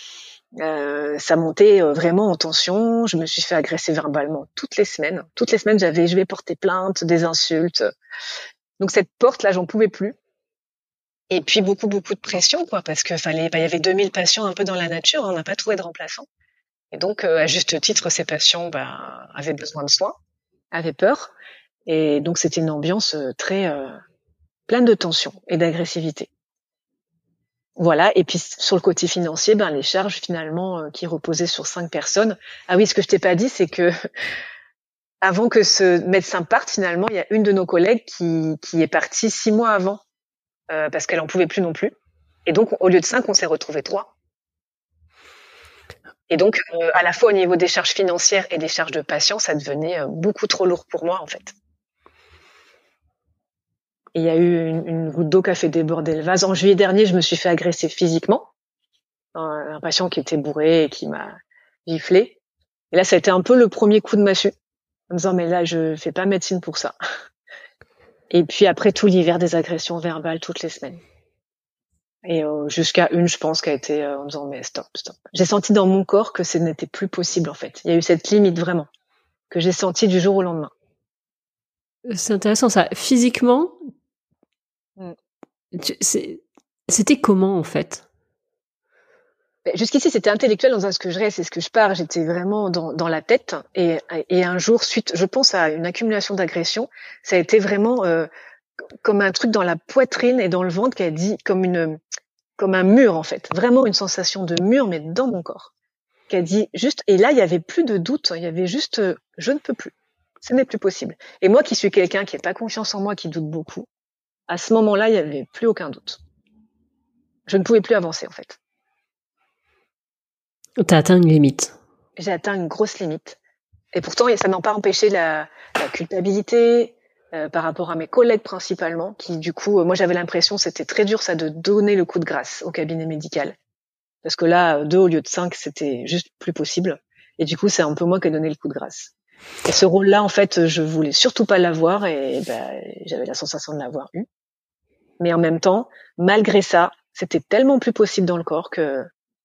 Ça montait vraiment en tension. Je me suis fait agresser verbalement toutes les semaines. Toutes les semaines, je vais porter plainte, des insultes. Donc cette porte là, j'en pouvais plus. Et puis beaucoup de pression parce que il y avait 2000 patients un peu dans la nature, on n'a pas trouvé de remplaçant. Et donc à juste titre, ces patients avaient besoin de soins, avaient peur. Et donc c'était une ambiance très pleine de tension et d'agressivité. Voilà, et puis sur le côté financier, les charges finalement qui reposaient sur 5 personnes. Ah oui, ce que je t'ai pas dit, c'est que avant que ce médecin parte, finalement, il y a une de nos collègues qui est partie 6 mois avant, parce qu'elle en pouvait plus non plus. Et donc, au lieu de 5, on s'est retrouvés 3. Et donc, à la fois au niveau des charges financières et des charges de patients, ça devenait beaucoup trop lourd pour moi, en fait. Et il y a eu une goutte d'eau qui a fait déborder le vase. En juillet dernier, je me suis fait agresser physiquement. Un patient qui était bourré et qui m'a giflé. Et là, ça a été un peu le premier coup de massue. En me disant, mais là, je fais pas médecine pour ça. Et puis après tout l'hiver, des agressions verbales toutes les semaines. Et jusqu'à une, je pense, qui a été en disant, mais stop. J'ai senti dans mon corps que ce n'était plus possible, en fait. Il y a eu cette limite, vraiment, que j'ai senti du jour au lendemain. C'est intéressant, ça. Physiquement, c'était comment, en fait? Jusqu'ici, c'était intellectuel dans ce que je reste et ce que je pars. J'étais vraiment dans la tête. Et un jour, je pense à une accumulation d'agressions, ça a été vraiment comme un truc dans la poitrine et dans le ventre qui a dit comme un mur, en fait. Vraiment une sensation de mur, mais dans mon corps. Qui a dit juste, et là, il y avait plus de doute. Il y avait juste, je ne peux plus. Ce n'est plus possible. Et moi qui suis quelqu'un qui n'a pas confiance en moi, qui doute beaucoup, à ce moment-là, il n'y avait plus aucun doute. Je ne pouvais plus avancer, en fait. T'as atteint une limite. J'ai atteint une grosse limite. Et pourtant, ça n'a pas empêché la culpabilité par rapport à mes collègues principalement, qui du coup, moi j'avais l'impression, c'était très dur ça de donner le coup de grâce au cabinet médical. Parce que là, 2 au lieu de 5, c'était juste plus possible. Et du coup, c'est un peu moi qui ai donné le coup de grâce. Et ce rôle-là, en fait, je voulais surtout pas l'avoir et j'avais la sensation de l'avoir eu. Mais en même temps, malgré ça, c'était tellement plus possible dans le corps que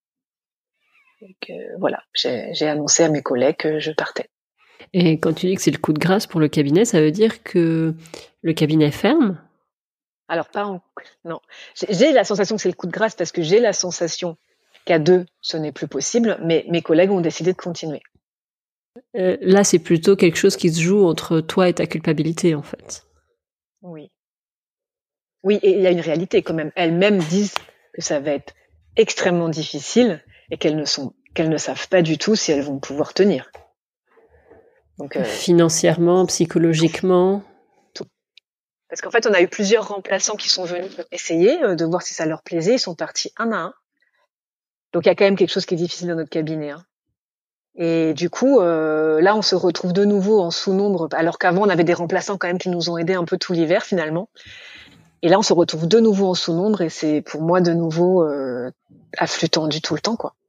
voilà, j'ai annoncé à mes collègues que je partais. Et quand tu dis que c'est le coup de grâce pour le cabinet, ça veut dire que le cabinet ferme? Alors non. J'ai la sensation que c'est le coup de grâce parce que j'ai la sensation qu'à 2, ce n'est plus possible, mais mes collègues ont décidé de continuer. Là, c'est plutôt quelque chose qui se joue entre toi et ta culpabilité, en fait. Oui. Oui, et il y a une réalité quand même. Elles-mêmes disent que ça va être extrêmement difficile et qu'elles ne savent pas du tout si elles vont pouvoir tenir. Donc, financièrement, psychologiquement. Tout. Parce qu'en fait, on a eu plusieurs remplaçants qui sont venus essayer de voir si ça leur plaisait. Ils sont partis un à un. Donc, il y a quand même quelque chose qui est difficile dans notre cabinet. Hein. Et du coup, là, on se retrouve de nouveau en sous-nombre, alors qu'avant, on avait des remplaçants quand même qui nous ont aidés un peu tout l'hiver, finalement. Et là, on se retrouve de nouveau en sous-nombre et c'est pour moi de nouveau à flux tendu tout le temps, quoi.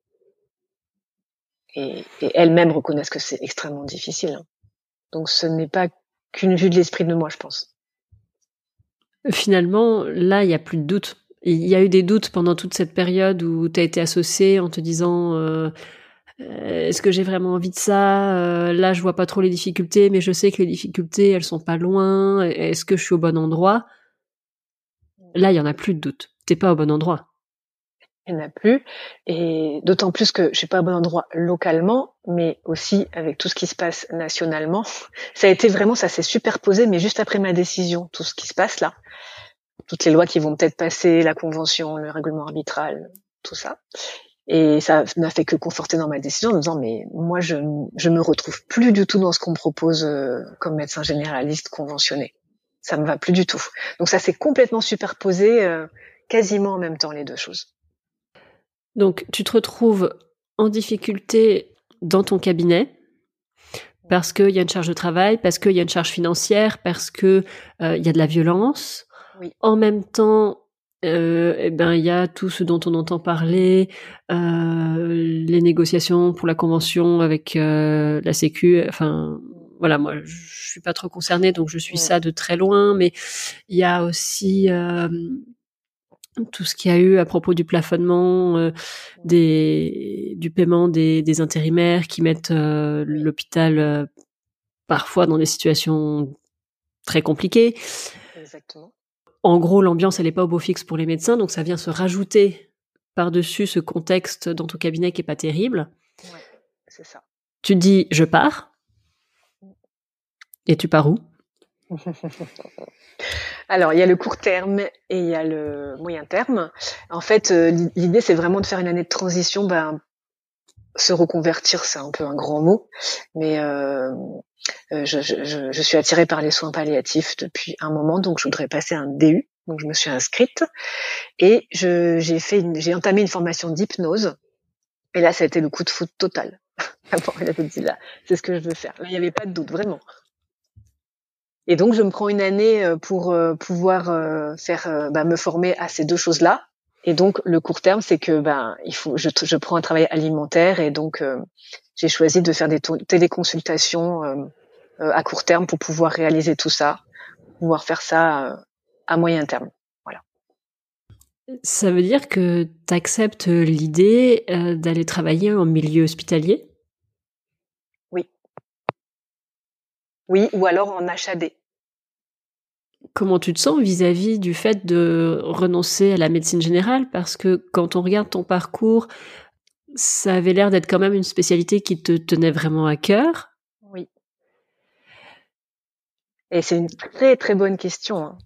Et elles-mêmes reconnaissent que c'est extrêmement difficile. Hein. Donc ce n'est pas qu'une vue de l'esprit de moi, je pense. Finalement, là, il n'y a plus de doute. Il y a eu des doutes pendant toute cette période où tu as été associée en te disant est-ce que j'ai vraiment envie de ça Là, je vois pas trop les difficultés, mais je sais que les difficultés, elles sont pas loin. Est-ce que je suis au bon endroit? Là, il y en a plus de doute. T'es pas au bon endroit. Il n'y en a plus. Et d'autant plus que je suis pas au bon endroit localement, mais aussi avec tout ce qui se passe nationalement. Ça s'est superposé, mais juste après ma décision, tout ce qui se passe là. Toutes les lois qui vont peut-être passer, la convention, le règlement arbitral, tout ça. Et ça n'a fait que conforter dans ma décision en me disant mais moi je me retrouve plus du tout dans ce qu'on me propose comme médecin généraliste conventionné. Ça me va plus du tout. Donc ça s'est complètement superposé quasiment en même temps les deux choses. Donc tu te retrouves en difficulté dans ton cabinet parce qu'il y a une charge de travail, parce qu'il y a une charge financière, parce que il y a de la violence. Oui. En même temps, il y a tout ce dont on entend parler, les négociations pour la convention avec la Sécu. Enfin, voilà, moi, je suis pas trop concernée, donc je suis ça de très loin. Mais il y a aussi tout ce qu'il y a eu à propos du plafonnement du paiement des intérimaires qui mettent l'hôpital parfois dans des situations très compliquées. Exactement. En gros, l'ambiance, elle est pas au beau fixe pour les médecins, donc ça vient se rajouter par-dessus ce contexte dans ton cabinet qui est pas terrible. Ouais, c'est ça. Tu te dis, je pars. Et tu pars où? Alors, il y a le court terme et il y a le moyen terme. En fait, l'idée, c'est vraiment de faire une année de transition. Se reconvertir, c'est un peu un grand mot, mais je suis attirée par les soins palliatifs depuis un moment, donc je voudrais passer un DU. Donc je me suis inscrite et j'ai entamé une formation d'hypnose. Et là, ça a été le coup de foudre total. Il avait dit là, c'est ce que je veux faire. Là, il n'y avait pas de doute, vraiment. Et donc, je me prends une année pour pouvoir me former à ces deux choses-là. Et donc, le court terme, c'est que je prends un travail alimentaire et donc j'ai choisi de faire des téléconsultations à court terme pour pouvoir réaliser tout ça, pouvoir faire ça à moyen terme. Voilà. Ça veut dire que tu acceptes l'idée d'aller travailler en milieu hospitalier? Oui, ou alors en HAD. Comment tu te sens vis-à-vis du fait de renoncer à la médecine générale? Parce que quand on regarde ton parcours, ça avait l'air d'être quand même une spécialité qui te tenait vraiment à cœur. Oui. Et c'est une très très bonne question. Hein.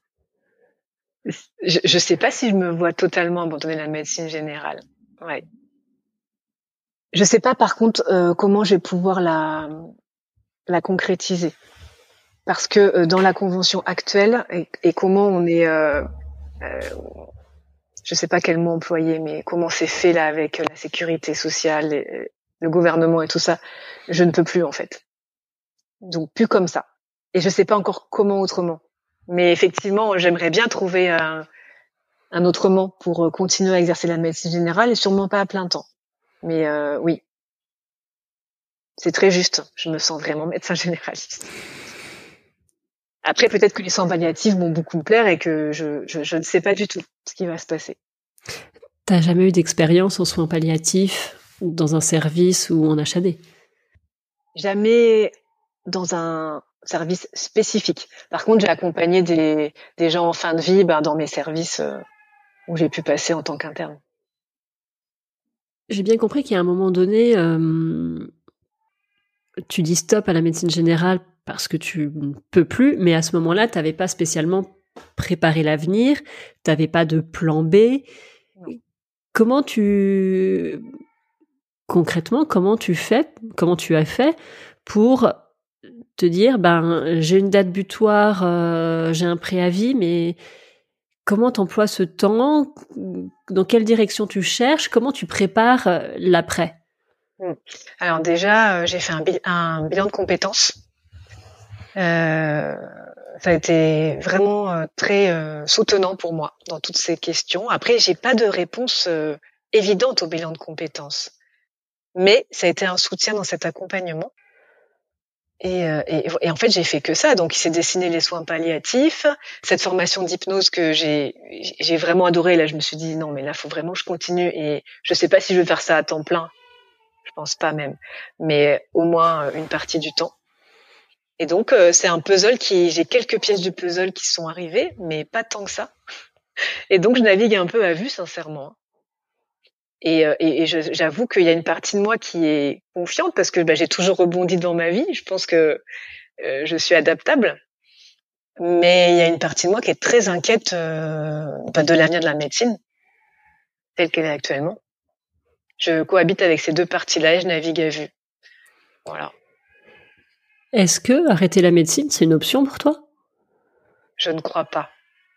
Je sais pas si je me vois totalement abandonner la médecine générale. Ouais. Je sais pas par contre comment je vais pouvoir la concrétiser. Parce que dans la convention actuelle et comment on est je sais pas quel mot employer, mais comment c'est fait là avec la sécurité sociale, le gouvernement et tout ça, je ne peux plus en fait. Donc plus comme ça. Et je sais pas encore comment autrement. Mais effectivement, j'aimerais bien trouver un autrement pour continuer à exercer la médecine générale et sûrement pas à plein temps. Mais oui, c'est très juste. Je me sens vraiment médecin généraliste. Après, peut-être que les soins palliatifs vont beaucoup me plaire et que je ne sais pas du tout ce qui va se passer. T'as jamais eu d'expérience en soins palliatifs, dans un service ou en HAD? Jamais dans un service spécifique. Par contre, j'ai accompagné des gens en fin de vie dans mes services où j'ai pu passer en tant qu'interne. J'ai bien compris qu'il y a un moment donné, tu dis stop à la médecine générale parce que tu ne peux plus, mais à ce moment-là, tu n'avais pas spécialement préparé l'avenir, tu n'avais pas de plan B. Non. Concrètement, comment tu as fait pour te dire, j'ai une date butoir, j'ai un préavis, mais comment t'emploies ce temps? Dans quelle direction tu cherches? Comment tu prépares l'après? Alors déjà, j'ai fait un bilan de compétences. Ça a été vraiment très soutenant pour moi dans toutes ces questions. Après, j'ai pas de réponse évidente au bilan de compétences. Mais ça a été un soutien dans cet accompagnement. Et en fait, j'ai fait que ça. Donc, il s'est dessiné les soins palliatifs, cette formation d'hypnose que j'ai vraiment adoré. Là, je me suis dit non, mais là, faut vraiment que je continue. Et je sais pas si je vais faire ça à temps plein. Je pense pas même, mais au moins une partie du temps. Et donc, c'est un puzzle j'ai quelques pièces de puzzle qui sont arrivées, mais pas tant que ça. Et donc, je navigue un peu à vue, sincèrement. Et j'avoue qu'il y a une partie de moi qui est confiante parce que j'ai toujours rebondi dans ma vie. Je pense que je suis adaptable. Mais il y a une partie de moi qui est très inquiète de l'avenir de la médecine telle qu'elle est actuellement. Je cohabite avec ces deux parties-là et je navigue à vue. Voilà. Est-ce que arrêter la médecine, c'est une option pour toi? Je ne crois pas.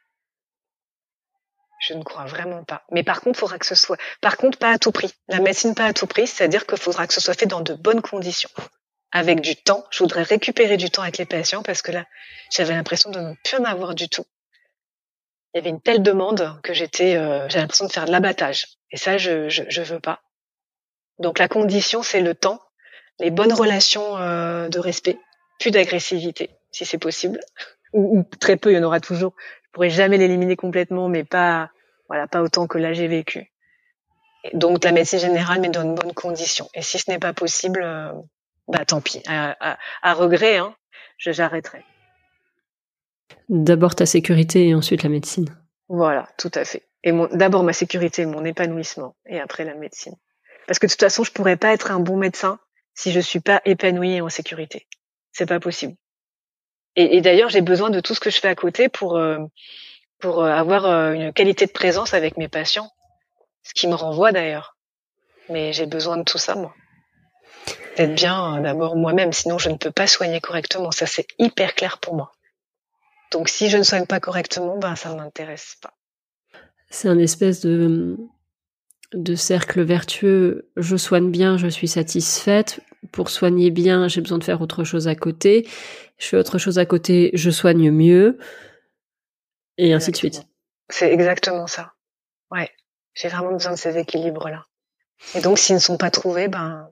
Je ne crois vraiment pas. Mais par contre, faudra que ce soit. Par contre, pas à tout prix. La médecine, pas à tout prix, c'est-à-dire qu'il faudra que ce soit fait dans de bonnes conditions, avec du temps. Je voudrais récupérer du temps avec les patients parce que là, j'avais l'impression de ne plus en avoir du tout. Il y avait une telle demande que j'avais l'impression de faire de l'abattage. Et ça, je veux pas. Donc la condition, c'est le temps, les bonnes relations de respect, plus d'agressivité, si c'est possible, ou très peu. Il y en aura toujours. Je pourrais jamais l'éliminer complètement, mais pas autant que là j'ai vécu. Et donc la médecine générale, mais dans de bonnes conditions. Et si ce n'est pas possible, tant pis. À regret, hein, j'arrêterai. D'abord ta sécurité et ensuite la médecine. Voilà, tout à fait. Et d'abord ma sécurité, mon épanouissement, et après la médecine. Parce que de toute façon, je pourrais pas être un bon médecin si je suis pas épanouie et en sécurité. C'est pas possible. Et d'ailleurs, j'ai besoin de tout ce que je fais à côté pour avoir une qualité de présence avec mes patients. Ce qui me renvoie d'ailleurs. Mais j'ai besoin de tout ça, moi. D'être bien d'abord moi-même, sinon je ne peux pas soigner correctement. Ça, c'est hyper clair pour moi. Donc si je ne soigne pas correctement, ça ne m'intéresse pas. C'est un espèce de cercle vertueux. Je soigne bien, je suis satisfaite. Pour soigner bien, j'ai besoin de faire autre chose à côté. Je fais autre chose à côté, je soigne mieux. Et ainsi de suite. C'est exactement ça. Ouais. J'ai vraiment besoin de ces équilibres-là. Et donc, s'ils ne sont pas trouvés,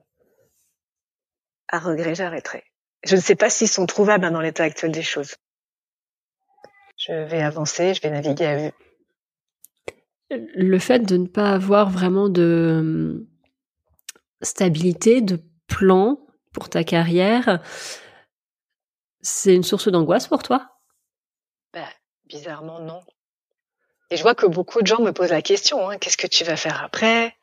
à regret, j'arrêterai. Je ne sais pas s'ils sont trouvables dans l'état actuel des choses. Je vais avancer, je vais naviguer à vue. Le fait de ne pas avoir vraiment de stabilité, de plan pour ta carrière, c'est une source d'angoisse pour toi? Bizarrement, non. Et je vois que beaucoup de gens me posent la question, qu'est-ce que tu vas faire après?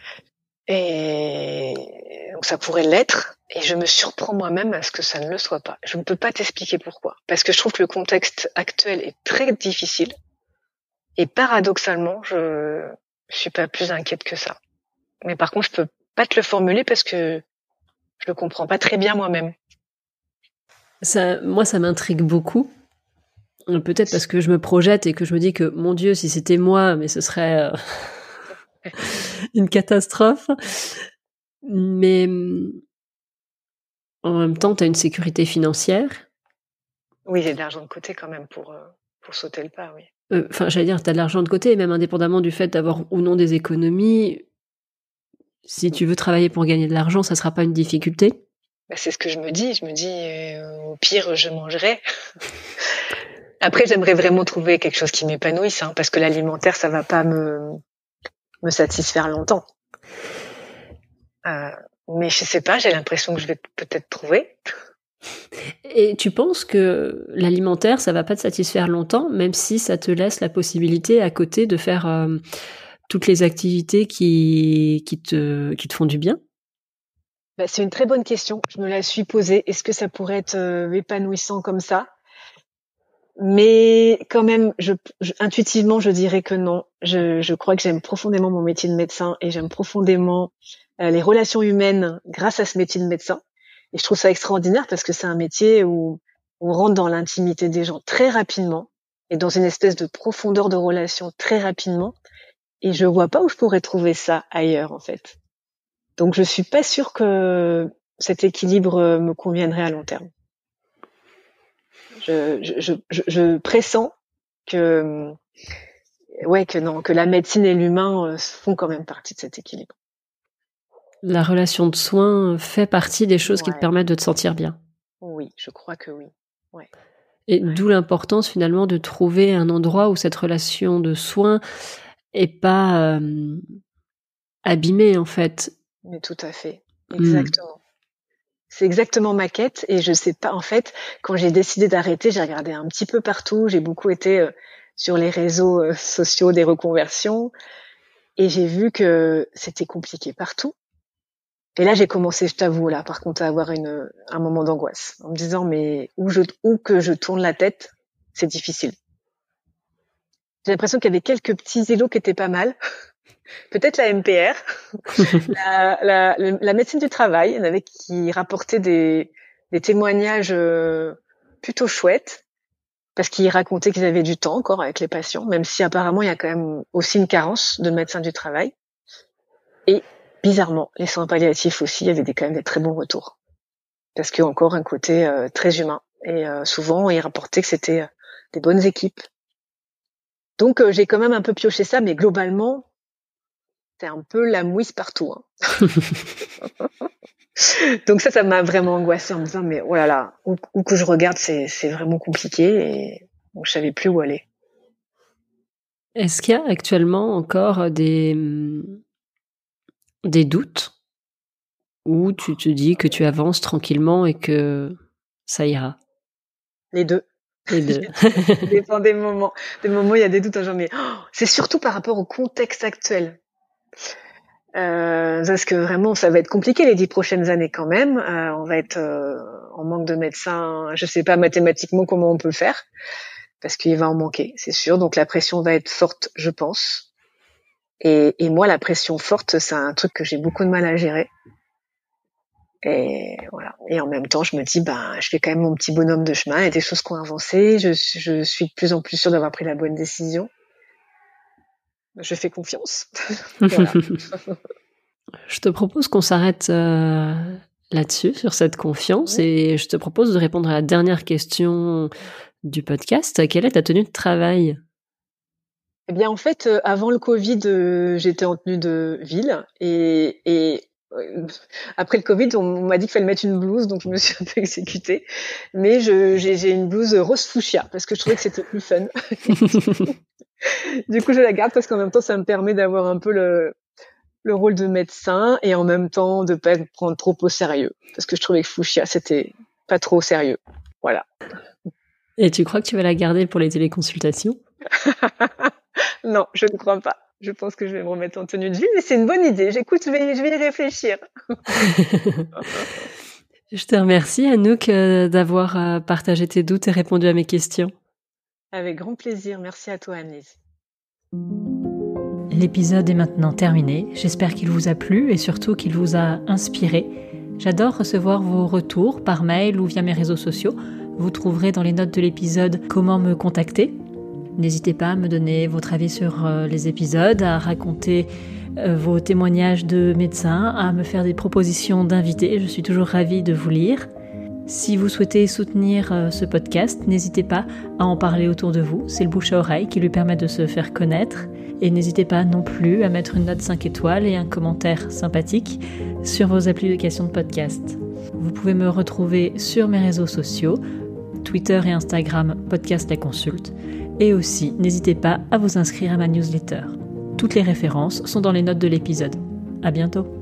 Et donc ça pourrait l'être, et je me surprends moi-même à ce que ça ne le soit pas. Je ne peux pas t'expliquer pourquoi. Parce que je trouve que le contexte actuel est très difficile, et paradoxalement, je suis pas plus inquiète que ça. Mais par contre, je peux pas te le formuler parce que je le comprends pas très bien moi-même. Moi, ça m'intrigue beaucoup. Peut-être parce que je me projette et que je me dis que, mon Dieu, si c'était moi, mais ce serait une catastrophe. Mais en même temps, tu as une sécurité financière. Oui, j'ai de l'argent de côté quand même pour sauter le pas, oui. J'allais dire, tu as de l'argent de côté, et même indépendamment du fait d'avoir ou non des économies, si tu veux travailler pour gagner de l'argent, ça sera pas une difficulté. C'est ce que je me dis. Je me dis, au pire, je mangerai. Après, j'aimerais vraiment trouver quelque chose qui m'épanouisse, parce que l'alimentaire, ça va pas me satisfaire longtemps. Mais je sais pas, j'ai l'impression que je vais peut-être trouver. Et tu penses que l'alimentaire, ça va pas te satisfaire longtemps, même si ça te laisse la possibilité à côté de faire toutes les activités qui te font du bien? C'est une très bonne question. Je me la suis posée. Est-ce que ça pourrait être épanouissant comme ça? Mais quand même, intuitivement, je dirais que non. Je crois que j'aime profondément mon métier de médecin et j'aime profondément les relations humaines grâce à ce métier de médecin. Et je trouve ça extraordinaire parce que c'est un métier où on rentre dans l'intimité des gens très rapidement et dans une espèce de profondeur de relation très rapidement. Et je vois pas où je pourrais trouver ça ailleurs, en fait. Donc, je suis pas sûre que cet équilibre me conviendrait à long terme. Je pressens que que la médecine et l'humain font quand même partie de cet équilibre. La relation de soins fait partie des choses qui te permettent de te sentir bien. Oui, je crois que oui. Ouais. Et d'où l'importance finalement de trouver un endroit où cette relation de soins est pas abîmée en fait. Mais tout à fait, exactement. C'est exactement ma quête et je sais pas, en fait, quand j'ai décidé d'arrêter, j'ai regardé un petit peu partout, j'ai beaucoup été sur les réseaux sociaux des reconversions et j'ai vu que c'était compliqué partout. Et là, j'ai commencé, je t'avoue, là, par contre, à avoir un moment d'angoisse en me disant, mais où que je tourne la tête, c'est difficile. J'ai l'impression qu'il y avait quelques petits îlots qui étaient pas mal. Peut-être la MPR, la médecine du travail, il y en avait qui rapportaient des témoignages plutôt chouettes, parce qu'ils racontaient qu'ils avaient du temps encore avec les patients, même si apparemment il y a quand même aussi une carence de médecins du travail. Et bizarrement, les soins palliatifs aussi, il y avait quand même des très bons retours, parce qu'il y a encore un côté très humain. Et souvent, ils rapportaient que c'était des bonnes équipes. Donc j'ai quand même un peu pioché ça, mais globalement, c'est un peu la mouise partout. Hein. Donc ça m'a vraiment angoissée en me disant, mais oh là là, où que je regarde, c'est vraiment compliqué et donc, je savais plus où aller. Est-ce qu'il y a actuellement encore des doutes où tu te dis que tu avances tranquillement et que ça ira? Les deux. Les deux. Ça dépend des moments. Des moments, il y a des doutes, genre, mais c'est surtout par rapport au contexte actuel. Parce que vraiment, ça va être compliqué les 10 prochaines années quand même. On va être en manque de médecins. Je sais pas mathématiquement comment on peut le faire, parce qu'il va en manquer, c'est sûr. Donc la pression va être forte, je pense. Et moi, la pression forte, c'est un truc que j'ai beaucoup de mal à gérer. Et voilà. Et en même temps, je me dis, je fais quand même mon petit bonhomme de chemin. Il y a des choses qui ont avancé. Je suis de plus en plus sûre d'avoir pris la bonne décision. Je fais confiance. Voilà. Je te propose qu'on s'arrête là-dessus, sur cette confiance, et je te propose de répondre à la dernière question du podcast. Quelle est ta tenue de travail ? Eh bien, en fait, avant le Covid, j'étais en tenue de ville et après le Covid, on m'a dit qu'il fallait mettre une blouse, donc je me suis un peu exécutée. Mais j'ai une blouse rose fuchsia parce que je trouvais que c'était plus fun. Du coup, je la garde parce qu'en même temps, ça me permet d'avoir un peu le rôle de médecin et en même temps de pas me prendre trop au sérieux parce que je trouvais que fuchsia, c'était pas trop sérieux. Voilà. Et tu crois que tu vas la garder pour les téléconsultations ? Non, je ne crois pas. Je pense que je vais me remettre en tenue de ville, mais c'est une bonne idée. J'écoute, je vais y réfléchir. Je te remercie, Anouk, d'avoir partagé tes doutes et répondu à mes questions. Avec grand plaisir. Merci à toi, Annelise. L'épisode est maintenant terminé. J'espère qu'il vous a plu et surtout qu'il vous a inspiré. J'adore recevoir vos retours par mail ou via mes réseaux sociaux. Vous trouverez dans les notes de l'épisode comment me contacter. N'hésitez pas à me donner votre avis sur les épisodes, à raconter vos témoignages de médecins, à me faire des propositions d'invités. Je suis toujours ravie de vous lire. Si vous souhaitez soutenir ce podcast, n'hésitez pas à en parler autour de vous. C'est le bouche à oreille qui lui permet de se faire connaître. Et n'hésitez pas non plus à mettre une note 5 étoiles et un commentaire sympathique sur vos applications de podcast. Vous pouvez me retrouver sur mes réseaux sociaux, Twitter et Instagram, Podcast La Consulte. Et aussi, n'hésitez pas à vous inscrire à ma newsletter. Toutes les références sont dans les notes de l'épisode. À bientôt.